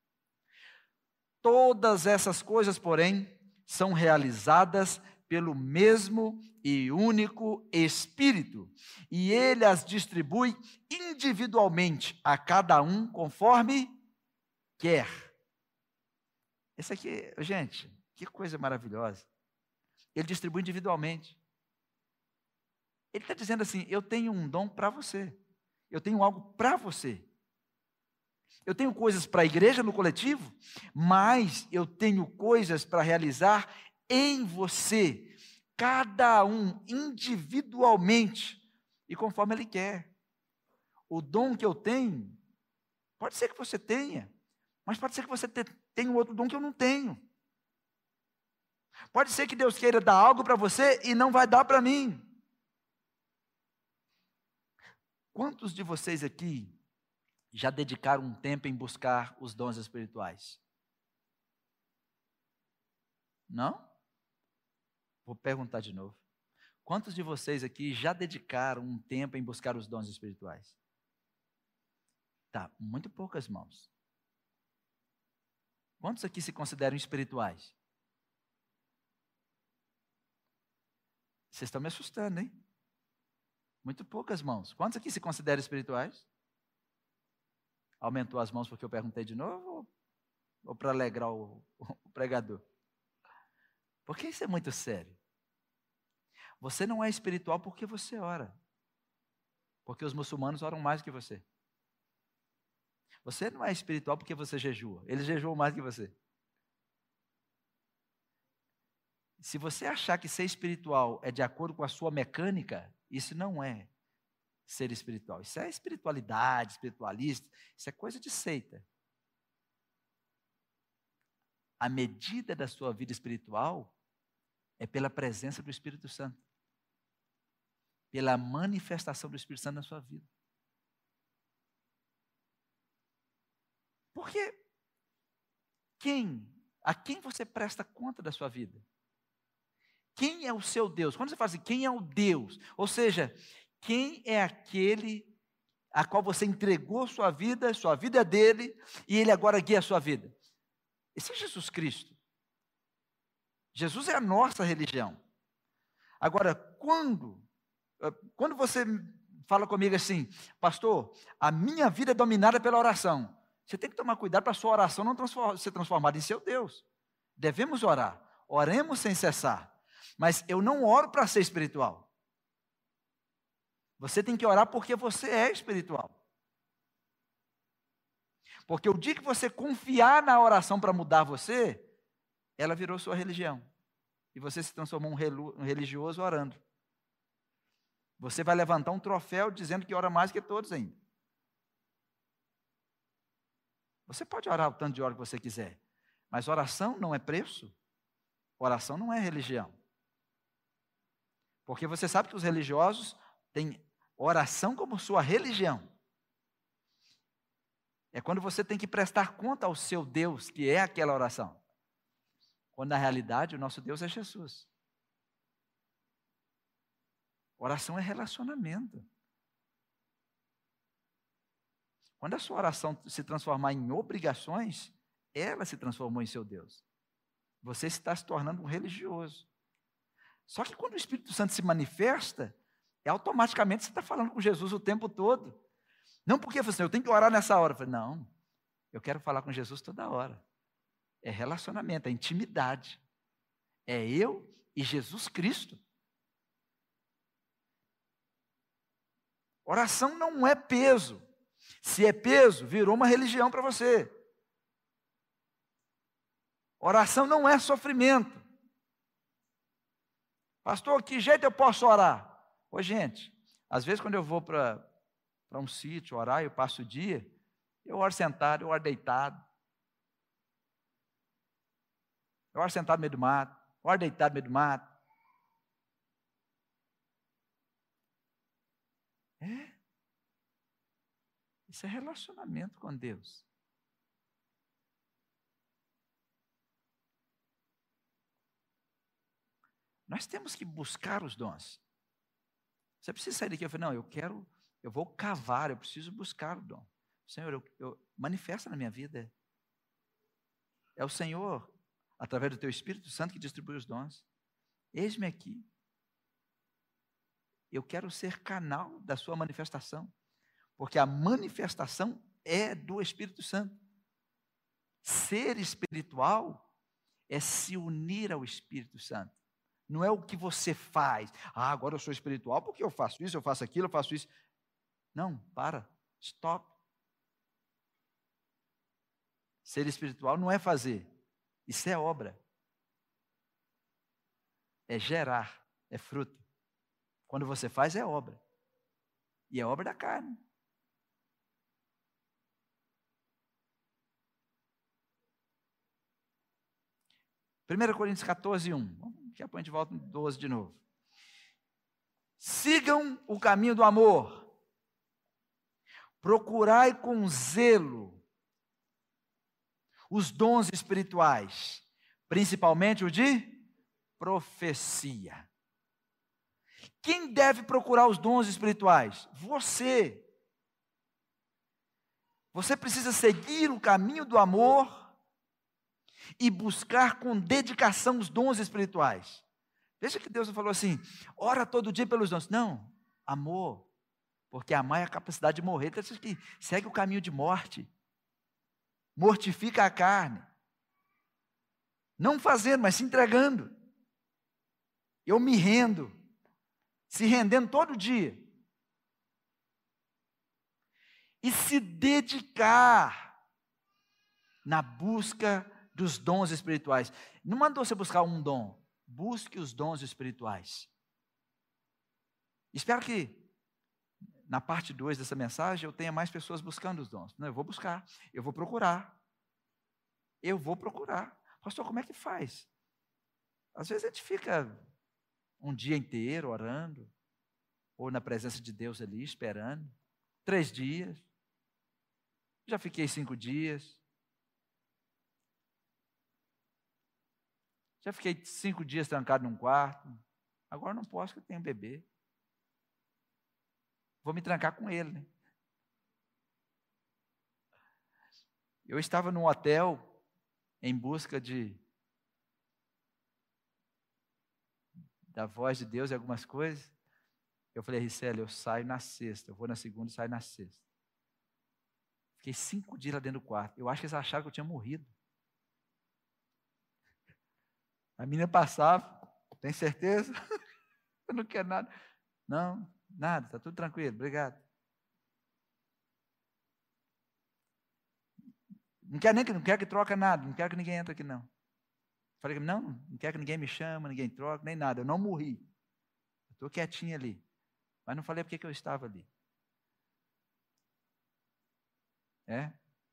Speaker 2: Todas essas coisas, porém, são realizadas pelo mesmo e único Espírito, e Ele as distribui individualmente a cada um conforme quer. Esse aqui, gente, que coisa maravilhosa. Ele distribui individualmente. Ele está dizendo assim, eu tenho um dom para você, eu tenho algo para você. Eu tenho coisas para a igreja no coletivo, mas eu tenho coisas para realizar em você, cada um individualmente e conforme Ele quer. O dom que eu tenho, pode ser que você tenha, mas pode ser que você tenha um outro dom que eu não tenho. Pode ser que Deus queira dar algo para você e não vai dar para mim. Quantos de vocês aqui já dedicaram um tempo em buscar os dons espirituais? Não? Vou perguntar de novo. Quantos de vocês aqui já dedicaram um tempo em buscar os dons espirituais? Tá, muito poucas mãos. Quantos aqui se consideram espirituais? Vocês estão me assustando, hein? Muito poucas mãos. Quantos aqui se consideram espirituais? Aumentou as mãos porque eu perguntei de novo? Ou, ou para alegrar o, o pregador? Porque isso é muito sério. Você não é espiritual porque você ora. Porque os muçulmanos oram mais que você. Você não é espiritual porque você jejua. Eles jejuam mais que você. Se você achar que ser espiritual é de acordo com a sua mecânica, isso não é ser espiritual. Isso é espiritualidade, espiritualista, isso é coisa de seita. a medida da sua vida espiritual é pela presença do Espírito Santo, pela manifestação do Espírito Santo na sua vida. Porque quem, a quem você presta conta da sua vida? Quem é o seu Deus? Quando você fala assim, quem é o Deus? Ou seja, quem é aquele a qual você entregou sua vida, sua vida é dele, e ele agora guia a sua vida? Esse é Jesus Cristo. Jesus é a nossa religião. Agora, quando, quando você fala comigo assim, pastor, a minha vida é dominada pela oração, você tem que tomar cuidado para a sua oração não transform, ser transformada em seu Deus. Devemos orar, oremos sem cessar, mas eu não oro para ser espiritual. Você tem que orar porque você é espiritual. Porque o dia que você confiar na oração para mudar você, ela virou sua religião. E você se transformou um religioso orando. Você vai levantar um troféu dizendo que ora mais que todos ainda. Você pode orar o tanto de hora que você quiser, mas oração não é preço. Oração não é religião. Porque você sabe que os religiosos têm oração como sua religião. É quando você tem que prestar conta ao seu Deus, que é aquela oração. Quando na realidade o nosso Deus é Jesus. Oração é relacionamento. Quando a sua oração se transformar em obrigações, ela se transformou em seu Deus. Você está se tornando um religioso. Só que quando o Espírito Santo se manifesta, é automaticamente você está falando com Jesus o tempo todo. Não porque você, eu tenho que orar nessa hora. Eu falei, não, eu quero falar com Jesus toda hora. É relacionamento, é intimidade. É eu e Jesus Cristo. Oração não é peso. Se é peso, virou uma religião para você. Oração não é sofrimento. Pastor, que jeito eu posso orar? Ô, gente, às vezes quando eu vou para para um sítio orar, eu passo o dia, eu oro sentado, eu oro deitado. Eu oro sentado no meio do mato, eu oro deitado no meio do mato. É. Isso é relacionamento com Deus. Nós temos que buscar os dons. Você precisa sair daqui e falar, não, eu quero, eu vou cavar, eu preciso buscar o dom. Senhor, eu, eu, manifesta na minha vida. É o Senhor, através do teu Espírito Santo, que distribui os dons. Eis-me aqui. Eu quero ser canal da sua manifestação. Porque a manifestação é do Espírito Santo. Ser espiritual é se unir ao Espírito Santo. Não é o que você faz. Ah, agora eu sou espiritual porque eu faço isso, eu faço aquilo, eu faço isso. Não, para. Stop. Ser espiritual não é fazer. Isso é obra. É gerar, é fruto. Quando você faz, é obra. E é obra da carne. primeira Coríntios catorze, um. Daqui a pouco a gente volta no doze de novo. Sigam o caminho do amor. Procurai com zelo os dons espirituais, principalmente o de profecia. Quem deve procurar os dons espirituais? Você. Você precisa seguir o caminho do amor e buscar com dedicação os dons espirituais. Veja que Deus não falou assim, ora todo dia pelos dons. Não, amor. Porque amar é a capacidade de morrer. Então, que segue o caminho de morte. Mortifica a carne. Não fazendo, mas se entregando. Eu me rendo. Se rendendo todo dia. E se dedicar na busca dos dons espirituais. Não mandou você buscar um dom. Busque os dons espirituais. Espero que na parte dois dessa mensagem eu tenha mais pessoas buscando os dons. Não, eu vou buscar, eu vou procurar. Eu vou procurar. Pastor, como é que faz? Às vezes a gente fica um dia inteiro orando, ou na presença de Deus ali, esperando. Três dias. Já fiquei cinco dias. Já fiquei cinco dias trancado num quarto. Agora não posso, porque eu tenho um bebê. Vou me trancar com ele, né? Eu estava num hotel em busca de da voz de Deus e algumas coisas. Eu falei, Ricele, eu saio na sexta. Eu vou na segunda e saio na sexta. Fiquei cinco dias lá dentro do quarto. Eu acho que eles acharam que eu tinha morrido. A menina passava, tem certeza? Eu não quero nada. Não, nada, está tudo tranquilo, obrigado. Não quero nem que, não quero que troca nada, não quero que ninguém entre aqui não. Falei, não, não quero que ninguém me chame, ninguém troque, nem nada. Eu não morri. Estou quietinho ali. Mas não falei porque que eu estava ali. É?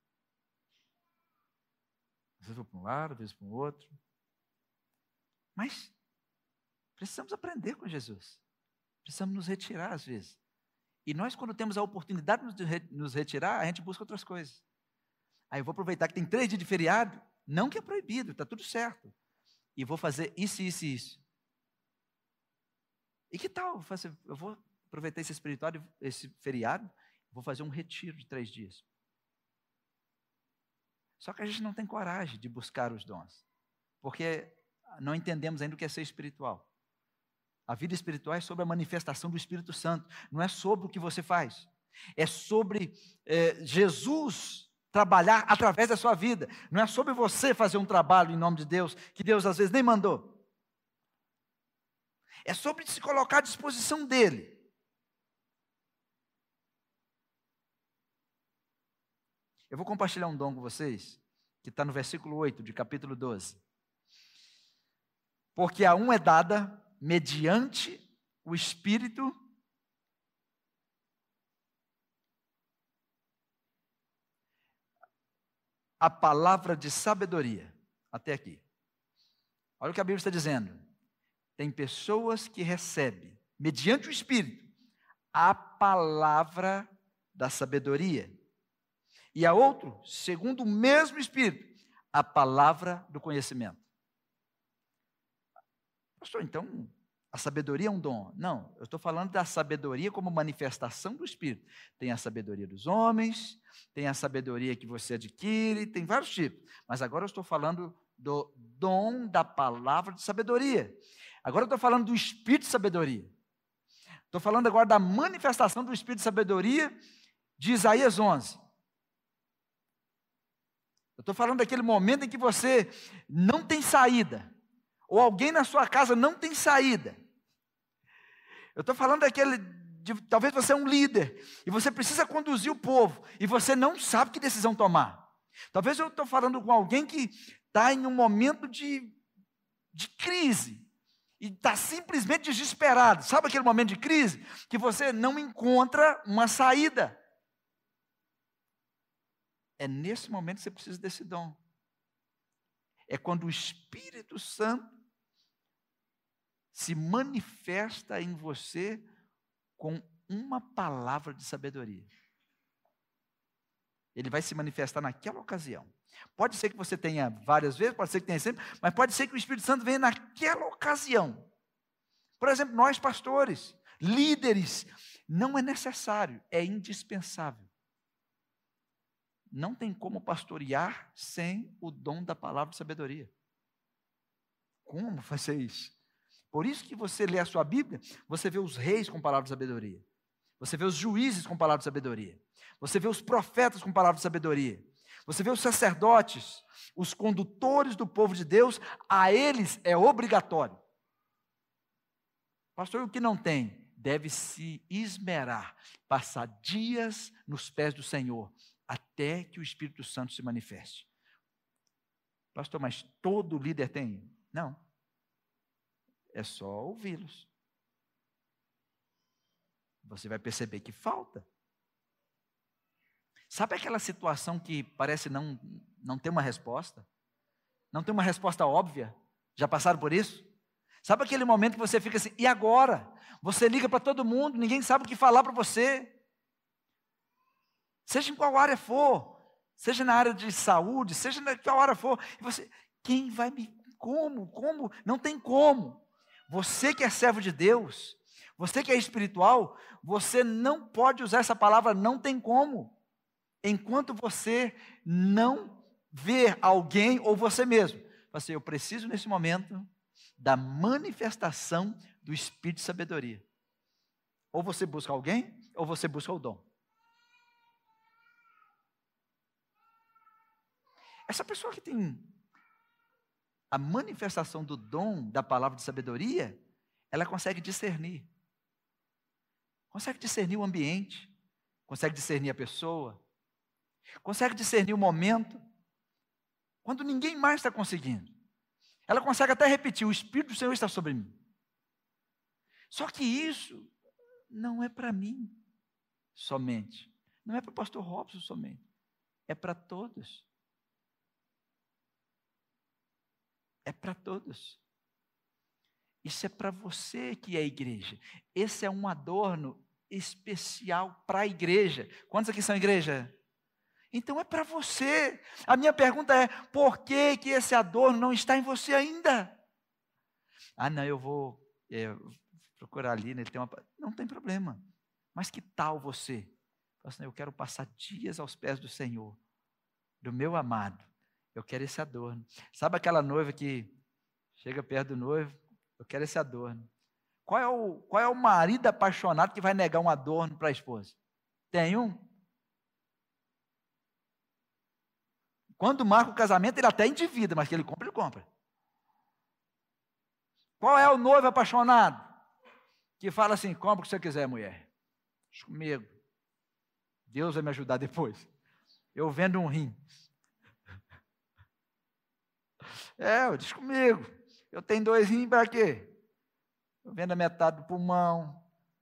Speaker 2: Às vezes vou para um lado, às vezes para o outro. Mas precisamos aprender com Jesus. Precisamos nos retirar às vezes. E nós, quando temos a oportunidade de nos retirar, a gente busca outras coisas. Aí eu vou aproveitar que tem três dias de feriado, não que é proibido, está tudo certo. E vou fazer isso, isso e isso. E que tal? Eu vou aproveitar esse espiritual, esse feriado, vou fazer um retiro de três dias. Só que a gente não tem coragem de buscar os dons, porque não entendemos ainda o que é ser espiritual. A vida espiritual é sobre a manifestação do Espírito Santo, não é sobre o que você faz. É sobre é, Jesus trabalhar através da sua vida. Não é sobre você fazer um trabalho em nome de Deus, que Deus às vezes nem mandou. É sobre se colocar à disposição dEle. Eu vou compartilhar um dom com vocês, que está no versículo oito de capítulo doze. Porque a um é dada, mediante o Espírito, a palavra de sabedoria. Até aqui. Olha o que a Bíblia está dizendo. Tem pessoas que recebem, mediante o Espírito, a palavra da sabedoria. E a outro, segundo o mesmo Espírito, a palavra do conhecimento. Pastor, então, a sabedoria é um dom? Não, eu estou falando da sabedoria como manifestação do Espírito. Tem a sabedoria dos homens, tem a sabedoria que você adquire, tem vários tipos. Mas agora eu estou falando do dom da palavra de sabedoria. Agora eu estou falando do Espírito de sabedoria. Estou falando agora da manifestação do Espírito de sabedoria de Isaías onze. Eu estou falando daquele momento em que você não tem saída, ou alguém na sua casa não tem saída. Eu estou falando daquele, de, talvez você é um líder, e você precisa conduzir o povo, e você não sabe que decisão tomar. Talvez eu estou falando com alguém que está em um momento de, de crise, e está simplesmente desesperado. Sabe aquele momento de crise? Que você não encontra uma saída. É nesse momento que você precisa desse dom. É quando o Espírito Santo se manifesta em você com uma palavra de sabedoria. Ele vai se manifestar naquela ocasião. Pode ser que você tenha várias vezes, pode ser que tenha sempre, mas pode ser que o Espírito Santo venha naquela ocasião. Por exemplo, nós pastores, líderes, não é necessário, é indispensável. Não tem como pastorear sem o dom da palavra de sabedoria. Como fazer isso? Por isso que você lê a sua Bíblia, você vê os reis com palavra de sabedoria. Você vê os juízes com palavra de sabedoria. Você vê os profetas com palavra de sabedoria. Você vê os sacerdotes, os condutores do povo de Deus, a eles é obrigatório. Pastor, o que não tem? Deve se esmerar, passar dias nos pés do Senhor, até que o Espírito Santo se manifeste. Pastor, mas todo líder tem? Não. É só ouvi-los. Você vai perceber que falta. Sabe aquela situação que parece não, não ter uma resposta? Não tem uma resposta óbvia? Já passaram por isso? Sabe aquele momento que você fica assim, e agora? Você liga para todo mundo, ninguém sabe o que falar para você. Seja em qual área for, seja na área de saúde, seja na qual área for, e você, quem vai me, como, como? Não tem como. Você que é servo de Deus, você que é espiritual, você não pode usar essa palavra não tem como, enquanto você não ver alguém ou você mesmo. Assim, eu preciso nesse momento da manifestação do Espírito de sabedoria. Ou você busca alguém, ou você busca o dom. Essa pessoa que tem a manifestação do dom da palavra de sabedoria, ela consegue discernir. Consegue discernir o ambiente, consegue discernir a pessoa, consegue discernir o momento, quando ninguém mais está conseguindo. Ela consegue até repetir, o Espírito do Senhor está sobre mim. Só que isso não é para mim somente. Não é para o pastor Robson somente. É para todos. É para todos. Isso é para você que é a igreja. Esse é um adorno especial para a igreja. Quantos aqui são igreja? Então é para você. A minha pergunta é, por que que esse adorno não está em você ainda? Ah, não, eu vou é, procurar ali, né, ele tem uma... Não tem problema. Mas que tal você? Assim, eu quero passar dias aos pés do Senhor, do meu amado. Eu quero esse adorno. Sabe aquela noiva que chega perto do noivo? Eu quero esse adorno. Qual é o, qual é o marido apaixonado que vai negar um adorno para a esposa? Tem um? Quando marca o casamento, ele até endivida, mas que ele compra, ele compra. Qual é o noivo apaixonado? Que fala assim, compra o que você quiser, mulher. Deixa comigo. Deus vai me ajudar depois. Eu vendo um rim. É, diz comigo. Eu tenho dois rins para quê? Eu vendo a metade do pulmão.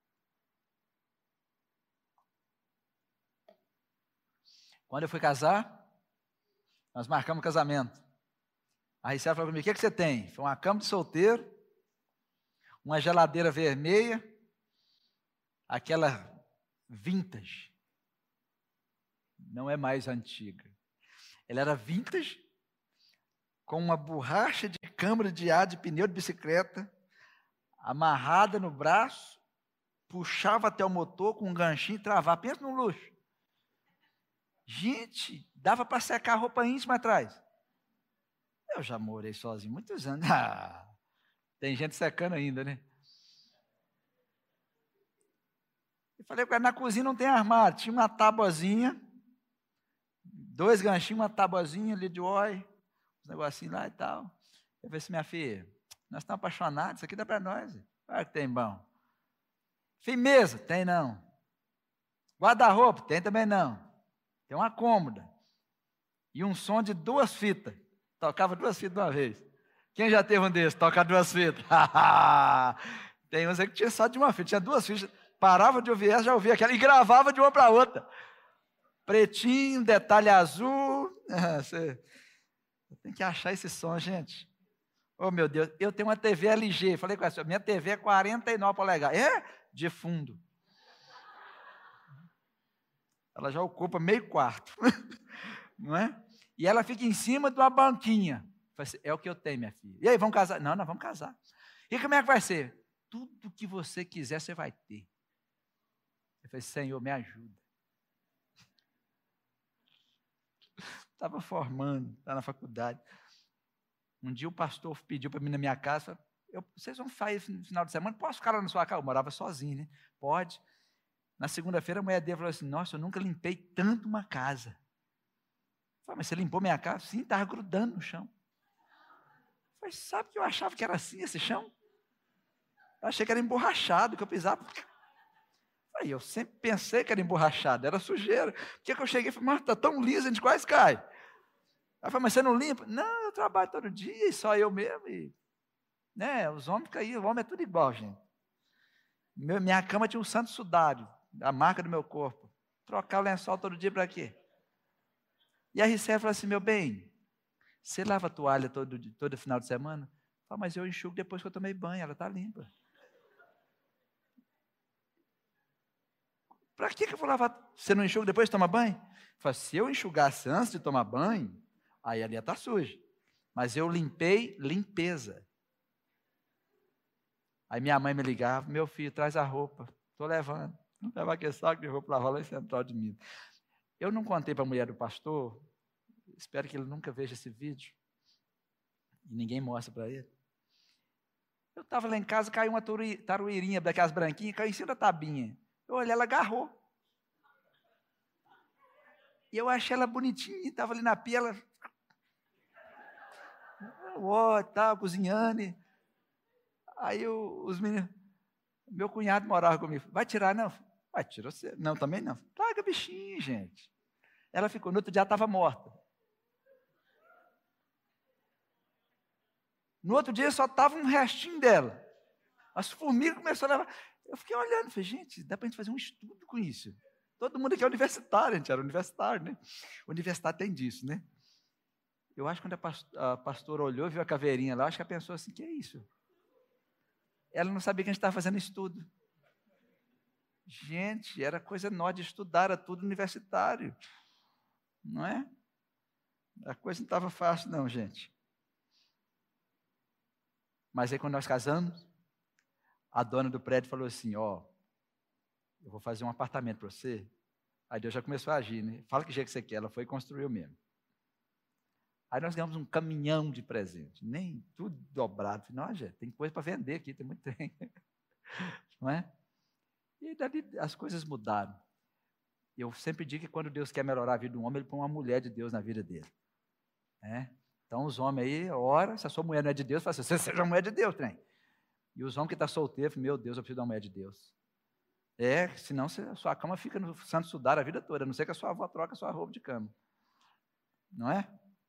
Speaker 2: Quando eu fui casar, nós marcamos o casamento. A Ricela falou para mim, o que, é que você tem? Foi uma cama de solteiro, uma geladeira vermelha, aquela vintage. Não é mais antiga. Ela era vintage, com uma borracha de câmara de ar de pneu de bicicleta, amarrada no braço, puxava até o motor com um ganchinho e travava. Pensa no luxo. Gente, dava para secar a roupa íntima atrás. Eu já morei sozinho muitos anos. Ah, tem gente secando ainda, né? Eu falei, na cozinha não tem armário. Tinha uma tabuazinha, dois ganchinhos, uma tabuazinha ali de óleo, uns negocinhos lá e tal. Eu falei assim, minha filha, nós estamos apaixonados, isso aqui dá para nós. Claro que tem bom. Falei, mesa? Tem não. Guarda-roupa? Tem também não. Tem uma cômoda. E um som de duas fitas. Tocava duas fitas de uma vez. Quem já teve um desses? Tocar duas fitas. Tem uns aí que tinha só de uma fita. Tinha duas fitas. Parava de ouvir essa, já ouvia aquela. E gravava de uma para outra. Pretinho, detalhe azul. Você tem que achar esse som, gente. Oh, meu Deus. Eu tenho uma T V L G. Falei com essa. Minha T V é quarenta e nove polegadas. É? De fundo. Ela já ocupa meio quarto, não é? E ela fica em cima de uma banquinha. Assim, é o que eu tenho, minha filha. E aí, vamos casar? Não, nós vamos casar. E como é que vai ser? Tudo que você quiser, você vai ter. Eu falei, Senhor, me ajuda. Estava formando, estava na faculdade. Um dia o pastor pediu para mim na minha casa, eu, vocês vão sair no final de semana? Posso ficar lá na sua casa? Eu morava sozinho, né? Pode. Na segunda-feira, a mulher dele falou assim, nossa, eu nunca limpei tanto uma casa. Eu falei, mas você limpou minha casa? Sim, estava grudando no chão. Eu falei, sabe que eu achava que era assim esse chão? Eu achei que era emborrachado, que eu pisava. Aí eu sempre pensei que era emborrachado, era sujeira. Porque que eu cheguei e falei, mas está tão liso, a gente quase cai. Ela falou, mas você não limpa? Não, eu trabalho todo dia, e só eu mesmo. E, né, os homens caíram, o homem é tudo igual, gente. Meu, minha cama tinha um santo sudário, a marca do meu corpo. Trocar o lençol todo dia para quê? E a Ricela falou assim, meu bem, Você lava a toalha todo, todo final de semana? Fala, mas eu enxugo depois que eu tomei banho, ela está limpa. Para que, que eu vou lavar? Você não enxuga depois de tomar banho? Fala, se eu enxugasse antes de tomar banho, aí ali ia estar suja. Mas eu limpei, limpeza. Aí minha mãe me ligava, meu filho, traz a roupa. Estou levando. Não leva aquele saco de roupa lavar lá em Central de Minas. Eu não contei para a mulher do pastor, espero que ele nunca veja esse vídeo, e ninguém mostra para ele. Eu estava lá em casa, caiu uma taruirinha daquelas branquinhas, caiu em cima da tabinha. Eu olhei, ela agarrou. E eu achei ela bonitinha, estava ali na pia, ela... Ó, tal, cozinhando. Aí eu, os meninos, meu cunhado morava comigo, vai tirar não? Vai, tirou você. Não, também não. Larga bichinho, gente. Ela ficou, no outro dia estava morta. No outro dia só estava um restinho dela. As formigas começaram a levar. Eu fiquei olhando, falei, gente, dá para a gente fazer um estudo com isso. Todo mundo aqui é universitário, a gente era universitário, né? O universitário tem disso, né? Eu acho que quando a pastora olhou, viu a caveirinha lá, acho que ela pensou assim, que é isso? Ela não sabia que a gente estava fazendo estudo. Gente, era coisa nó de estudar, era tudo universitário. Não é? A coisa não estava fácil não, gente. Mas aí quando nós casamos, a dona do prédio falou assim, ó, eu vou fazer um apartamento para você. Aí Deus já começou a agir, né? Fala que jeito que você quer, ela foi e construiu mesmo. Aí nós ganhamos um caminhão de presente, nem tudo dobrado. Falei, não, gente, tem coisa para vender aqui, tem muito trem. Não é? E dali as coisas mudaram. Eu sempre digo que quando Deus quer melhorar a vida de um homem, Ele põe uma mulher de Deus na vida dele. É? Então os homens aí, ora, se a sua mulher não é de Deus, fala assim, você seja uma mulher de Deus, trem. E os homens que estão solteiros, meu Deus, eu preciso de uma mulher de Deus. É, senão a sua cama fica no santo sudar a vida toda, a não ser que a sua avó troque a sua roupa de cama. Não é?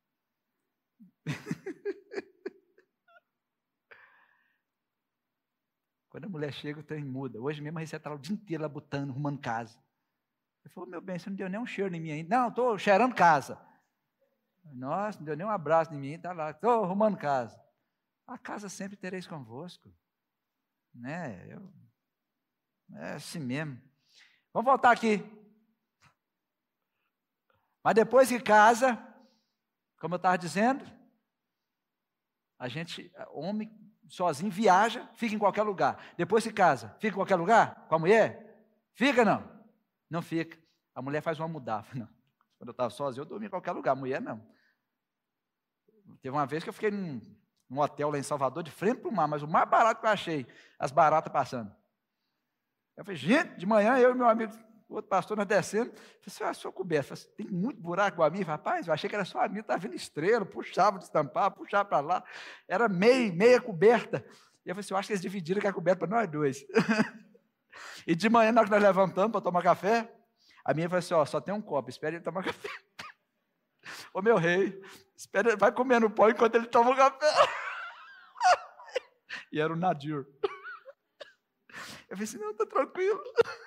Speaker 2: Quando a mulher chega, o trem muda. Hoje mesmo a Receita está o dia inteiro labutando, arrumando casa. Eu falei, meu bem, você não deu nem um cheiro em mim ainda. Não, estou cheirando casa. Nossa, não deu nem um abraço em mim, está lá, estou arrumando casa. A casa sempre tereis convosco. Né? Eu, é assim mesmo. Vamos voltar aqui. Mas depois que casa, como eu estava dizendo, a gente, homem sozinho, viaja, fica em qualquer lugar. Depois que casa, fica em qualquer lugar? Com a mulher? Fica não? Não fica. A mulher faz uma mudança. Não. Quando eu estava sozinho, eu dormia em qualquer lugar. A mulher não. Teve uma vez que eu fiquei num, num hotel lá em Salvador, de frente para o mar, mas o mais barato que eu achei, as baratas passando. Eu falei, gente, de manhã eu e meu amigo, o outro pastor, nós descendo, eu falei assim, ah, sua coberta, falei, tem muito buraco igual a mim. Rapaz, eu achei que era só a minha, estava vendo estrela, puxava, destampava, puxava para lá, era meia, meia coberta. E eu falei assim, eu acho que eles dividiram que a coberta para nós dois. E de manhã, na hora que nós levantamos para tomar café, a minha falou assim, ó, só tem um copo, espere ele tomar café. Ô meu rei, espere, vai comendo pão enquanto ele toma o café. E era o Nadir. Eu falei assim, não, está tranquilo.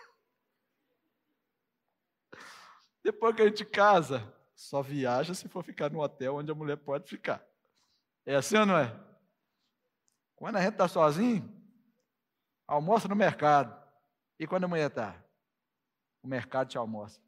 Speaker 2: Depois que a gente casa, só viaja se for ficar no hotel onde a mulher pode ficar. É assim ou não é? Quando a gente está sozinho, almoça no mercado. E quando a mulher está? O mercado te almoça.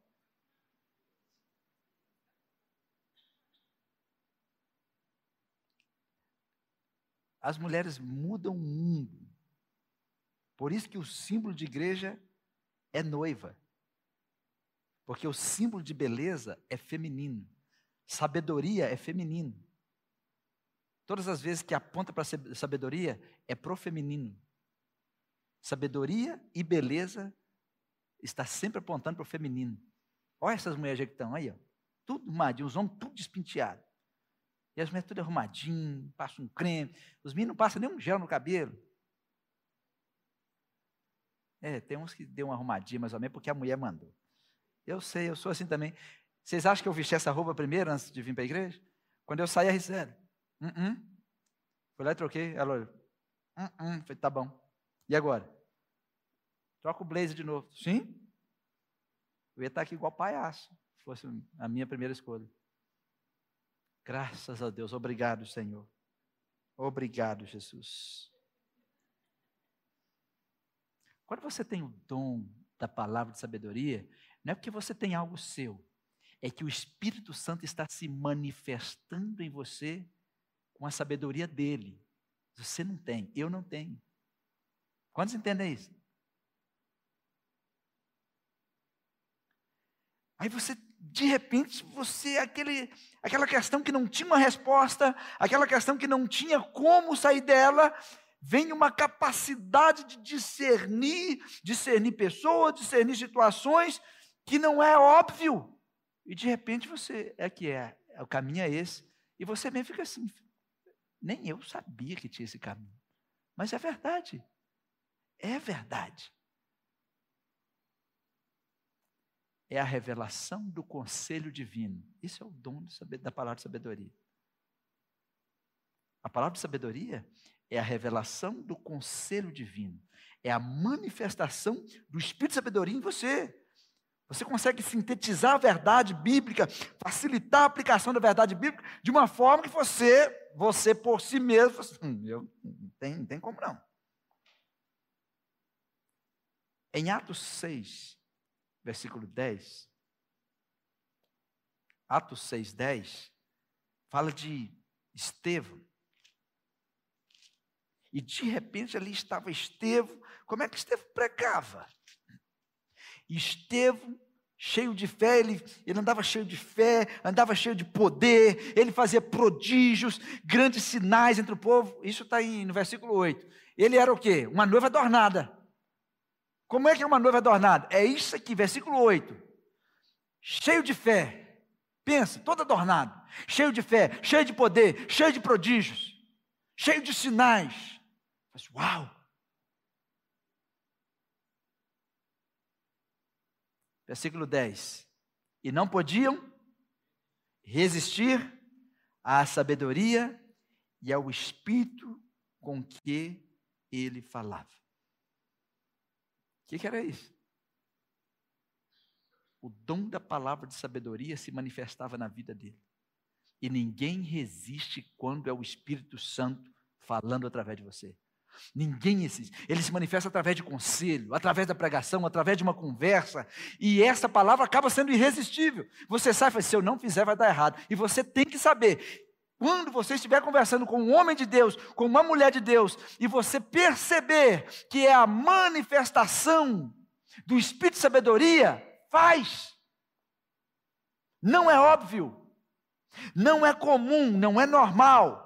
Speaker 2: As mulheres mudam o mundo. Por isso que o símbolo de igreja é noiva. Porque o símbolo de beleza é feminino. Sabedoria é feminino. Todas as vezes que aponta para a sabedoria, é pro feminino. Sabedoria e beleza está sempre apontando para o feminino. Olha essas mulheres que estão aí, ó, tudo arrumadinho, os homens tudo despinteado. E as mulheres tudo arrumadinho, passam um creme. Os meninos não passam nem um gel no cabelo. É, tem uns que deu uma arrumadinha mais ou menos porque a mulher mandou. Eu sei, eu sou assim também. Vocês acham que eu vesti essa roupa primeiro antes de vir para a igreja? Quando eu saí, a Rissério, uh -uh. Fui lá e troquei. Ela olhou, uh -uh. Falei, tá bom. E agora? Troca o blazer de novo. Sim? Eu ia estar aqui igual palhaço, se fosse a minha primeira escolha. Graças a Deus. Obrigado, Senhor. Obrigado, Jesus. Quando você tem o dom da palavra de sabedoria, não é porque você tem algo seu, é que o Espírito Santo está se manifestando em você com a sabedoria dele. Você não tem, eu não tenho. Quantos entendem isso? Aí você, de repente, você, aquele, aquela questão que não tinha uma resposta, aquela questão que não tinha como sair dela, vem uma capacidade de discernir, discernir pessoas, discernir situações, que não é óbvio. E de repente você, é que é, o caminho é esse, e você mesmo fica assim, nem eu sabia que tinha esse caminho. Mas é verdade, é verdade. É a revelação do conselho divino. Isso é o dom da palavra de sabedoria. A palavra de sabedoria é a revelação do conselho divino. É a manifestação do Espírito de sabedoria em você. Você consegue sintetizar a verdade bíblica, facilitar a aplicação da verdade bíblica de uma forma que você, você por si mesmo, você, hum, eu, não, tem, não tem como não. Em Atos seis, versículo dez, Atos seis, dez, fala de Estevão. E de repente ali estava Estevão. Como é que Estevão pregava? Estevão, cheio de fé, ele, ele andava cheio de fé, andava cheio de poder, ele fazia prodígios, grandes sinais entre o povo. Isso está no versículo oito. Ele era o quê? Uma noiva adornada. Como é que é uma noiva adornada? É isso aqui, versículo oito. Cheio de fé. Pensa, todo adornado. Cheio de fé, cheio de poder, cheio de prodígios, cheio de sinais. Mas, uau! Versículo dez. E não podiam resistir à sabedoria e ao espírito com que ele falava. O que, que era isso? O dom da palavra de sabedoria se manifestava na vida dele. E ninguém resiste quando é o Espírito Santo falando através de você. Ninguém existe. Ele se manifesta através de conselho, através da pregação, através de uma conversa. E essa palavra acaba sendo irresistível. Você sabe, se eu não fizer vai dar errado. E você tem que saber, quando você estiver conversando com um homem de Deus, com uma mulher de Deus, e você perceber que é a manifestação do Espírito de sabedoria, faz. Não é óbvio. Não é comum, não é normal.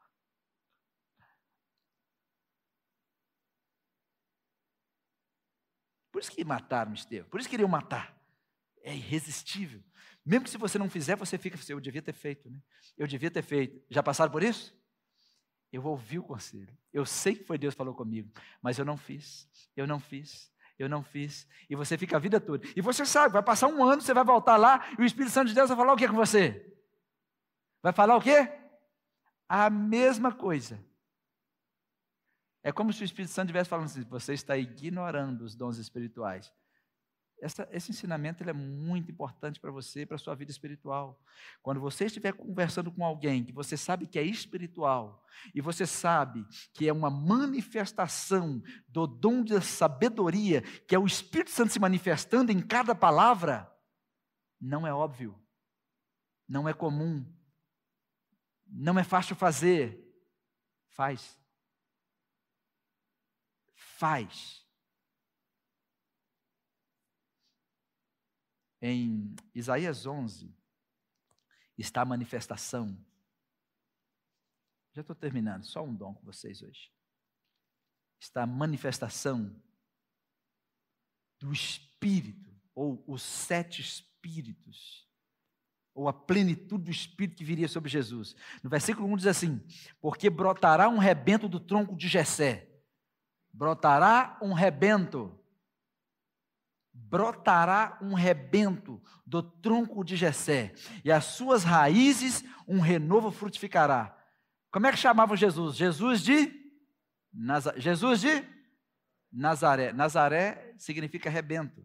Speaker 2: Por isso que mataram Estevão, por isso que queriam matar. É irresistível. Mesmo que se você não fizer, você fica assim, eu devia ter feito, né? Eu devia ter feito. Já passaram por isso? Eu ouvi o conselho. Eu sei que foi Deus que falou comigo, mas eu não fiz. Eu não fiz. Eu não fiz. E você fica a vida toda. E você sabe, vai passar um ano, você vai voltar lá, e o Espírito Santo de Deus vai falar o que com você? Vai falar o quê? A mesma coisa. É como se o Espírito Santo estivesse falando assim, você está ignorando os dons espirituais. Essa, esse ensinamento ele é muito importante para você, para a sua vida espiritual. Quando você estiver conversando com alguém que você sabe que é espiritual, e você sabe que é uma manifestação do dom da sabedoria, que é o Espírito Santo se manifestando em cada palavra, não é óbvio, não é comum, não é fácil fazer. Faz. Faz. Em Isaías onze, está a manifestação. Já estou terminando, só um dom com vocês hoje. Está a manifestação do Espírito, ou os sete Espíritos, ou a plenitude do Espírito que viria sobre Jesus. No versículo um diz assim, porque brotará um rebento do tronco de Jessé. Brotará um rebento. Brotará um rebento do tronco de Jessé, e as suas raízes um renovo frutificará. Como é que chamava Jesus? Jesus de Nazaré. Jesus de Nazaré. Nazaré significa rebento,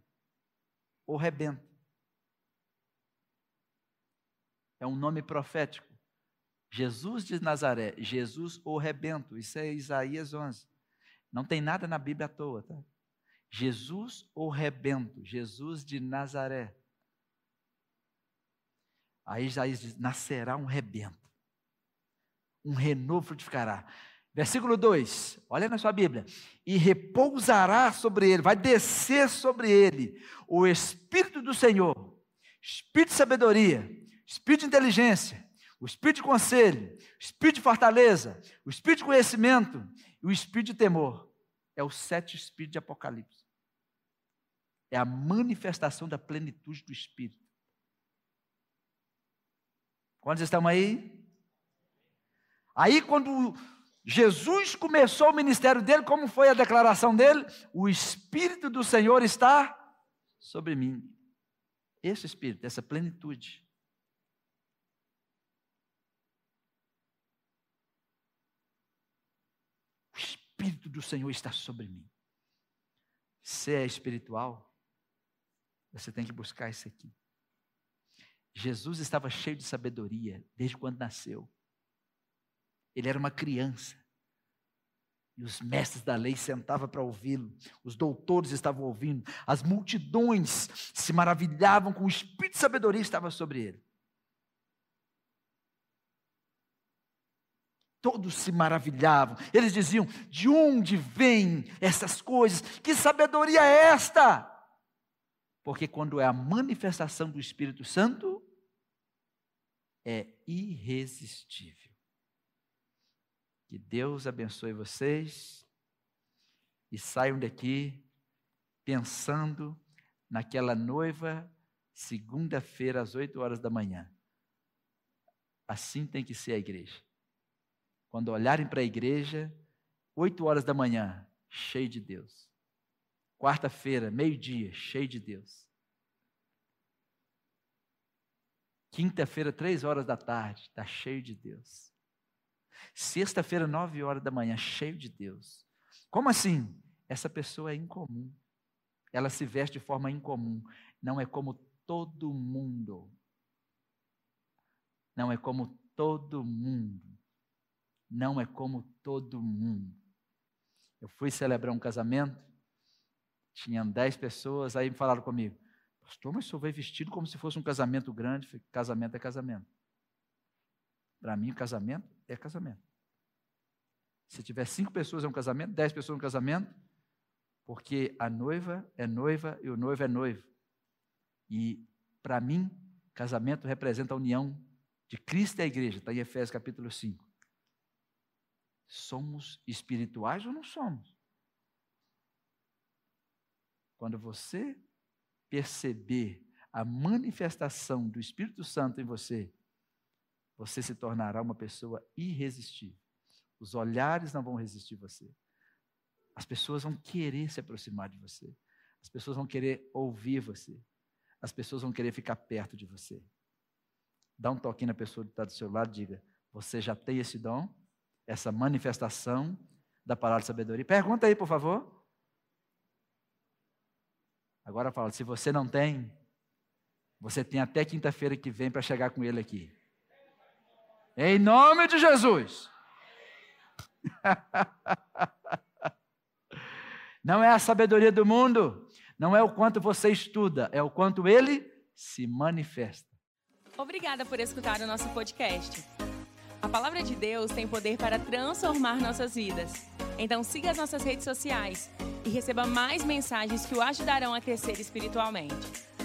Speaker 2: ou rebento. É um nome profético. Jesus de Nazaré, Jesus o rebento. Isso é Isaías onze. Não tem nada na Bíblia à toa, tá? Jesus o rebento, Jesus de Nazaré. Aí Isaías diz, nascerá um rebento, um renovo frutificará. Versículo dois, olha na sua Bíblia. E repousará sobre ele, vai descer sobre ele o Espírito do Senhor, Espírito de sabedoria, Espírito de inteligência, o Espírito de conselho, o Espírito de fortaleza, o Espírito de conhecimento e o Espírito de temor. É o sete Espírito de Apocalipse. É a manifestação da plenitude do Espírito. Quantos estão aí? Aí quando Jesus começou o ministério dele, como foi a declaração dele? O Espírito do Senhor está sobre mim. Esse Espírito, essa plenitude. O Espírito do Senhor está sobre mim. Se é espiritual, você tem que buscar isso aqui. Jesus estava cheio de sabedoria desde quando nasceu. Ele era uma criança. E os mestres da lei sentavam para ouvi-lo. Os doutores estavam ouvindo. As multidões se maravilhavam com o Espírito de sabedoria que estava sobre ele. Todos se maravilhavam. Eles diziam, de onde vêm essas coisas? Que sabedoria é esta? Porque quando é a manifestação do Espírito Santo, é irresistível. Que Deus abençoe vocês e saiam daqui pensando naquela noiva, segunda-feira, às oito horas da manhã. Assim tem que ser a igreja. Quando olharem para a igreja, oito horas da manhã, cheio de Deus. Quarta-feira, meio-dia, cheio de Deus. Quinta-feira, três horas da tarde, está cheio de Deus. Sexta-feira, nove horas da manhã, cheio de Deus. Como assim? Essa pessoa é incomum. Ela se veste de forma incomum. Não é como todo mundo. Não é como todo mundo. Não é como todo mundo. Eu fui celebrar um casamento, tinham dez pessoas, aí me falaram comigo, pastor, mas o senhor veio vestido como se fosse um casamento grande. Eu falei, casamento é casamento. Para mim, casamento é casamento. Se tiver cinco pessoas é um casamento, dez pessoas é um casamento, porque a noiva é noiva e o noivo é noivo. E, para mim, casamento representa a união de Cristo e a igreja, está em Efésios capítulo cinco. Somos espirituais ou não somos? Quando você perceber a manifestação do Espírito Santo em você, você se tornará uma pessoa irresistível. Os olhares não vão resistir a você. As pessoas vão querer se aproximar de você. As pessoas vão querer ouvir você. As pessoas vão querer ficar perto de você. Dá um toquinho na pessoa que está do seu lado e diga, você já tem esse dom? Essa manifestação da palavra de sabedoria? Pergunta aí, por favor. Agora fala, se você não tem, você tem até quinta-feira que vem para chegar com ele aqui. Em nome de Jesus. Não é a sabedoria do mundo, não é o quanto você estuda, é o quanto ele se manifesta.
Speaker 1: Obrigada por escutar o nosso podcast. A palavra de Deus tem poder para transformar nossas vidas. Então siga as nossas redes sociais e receba mais mensagens que o ajudarão a crescer espiritualmente.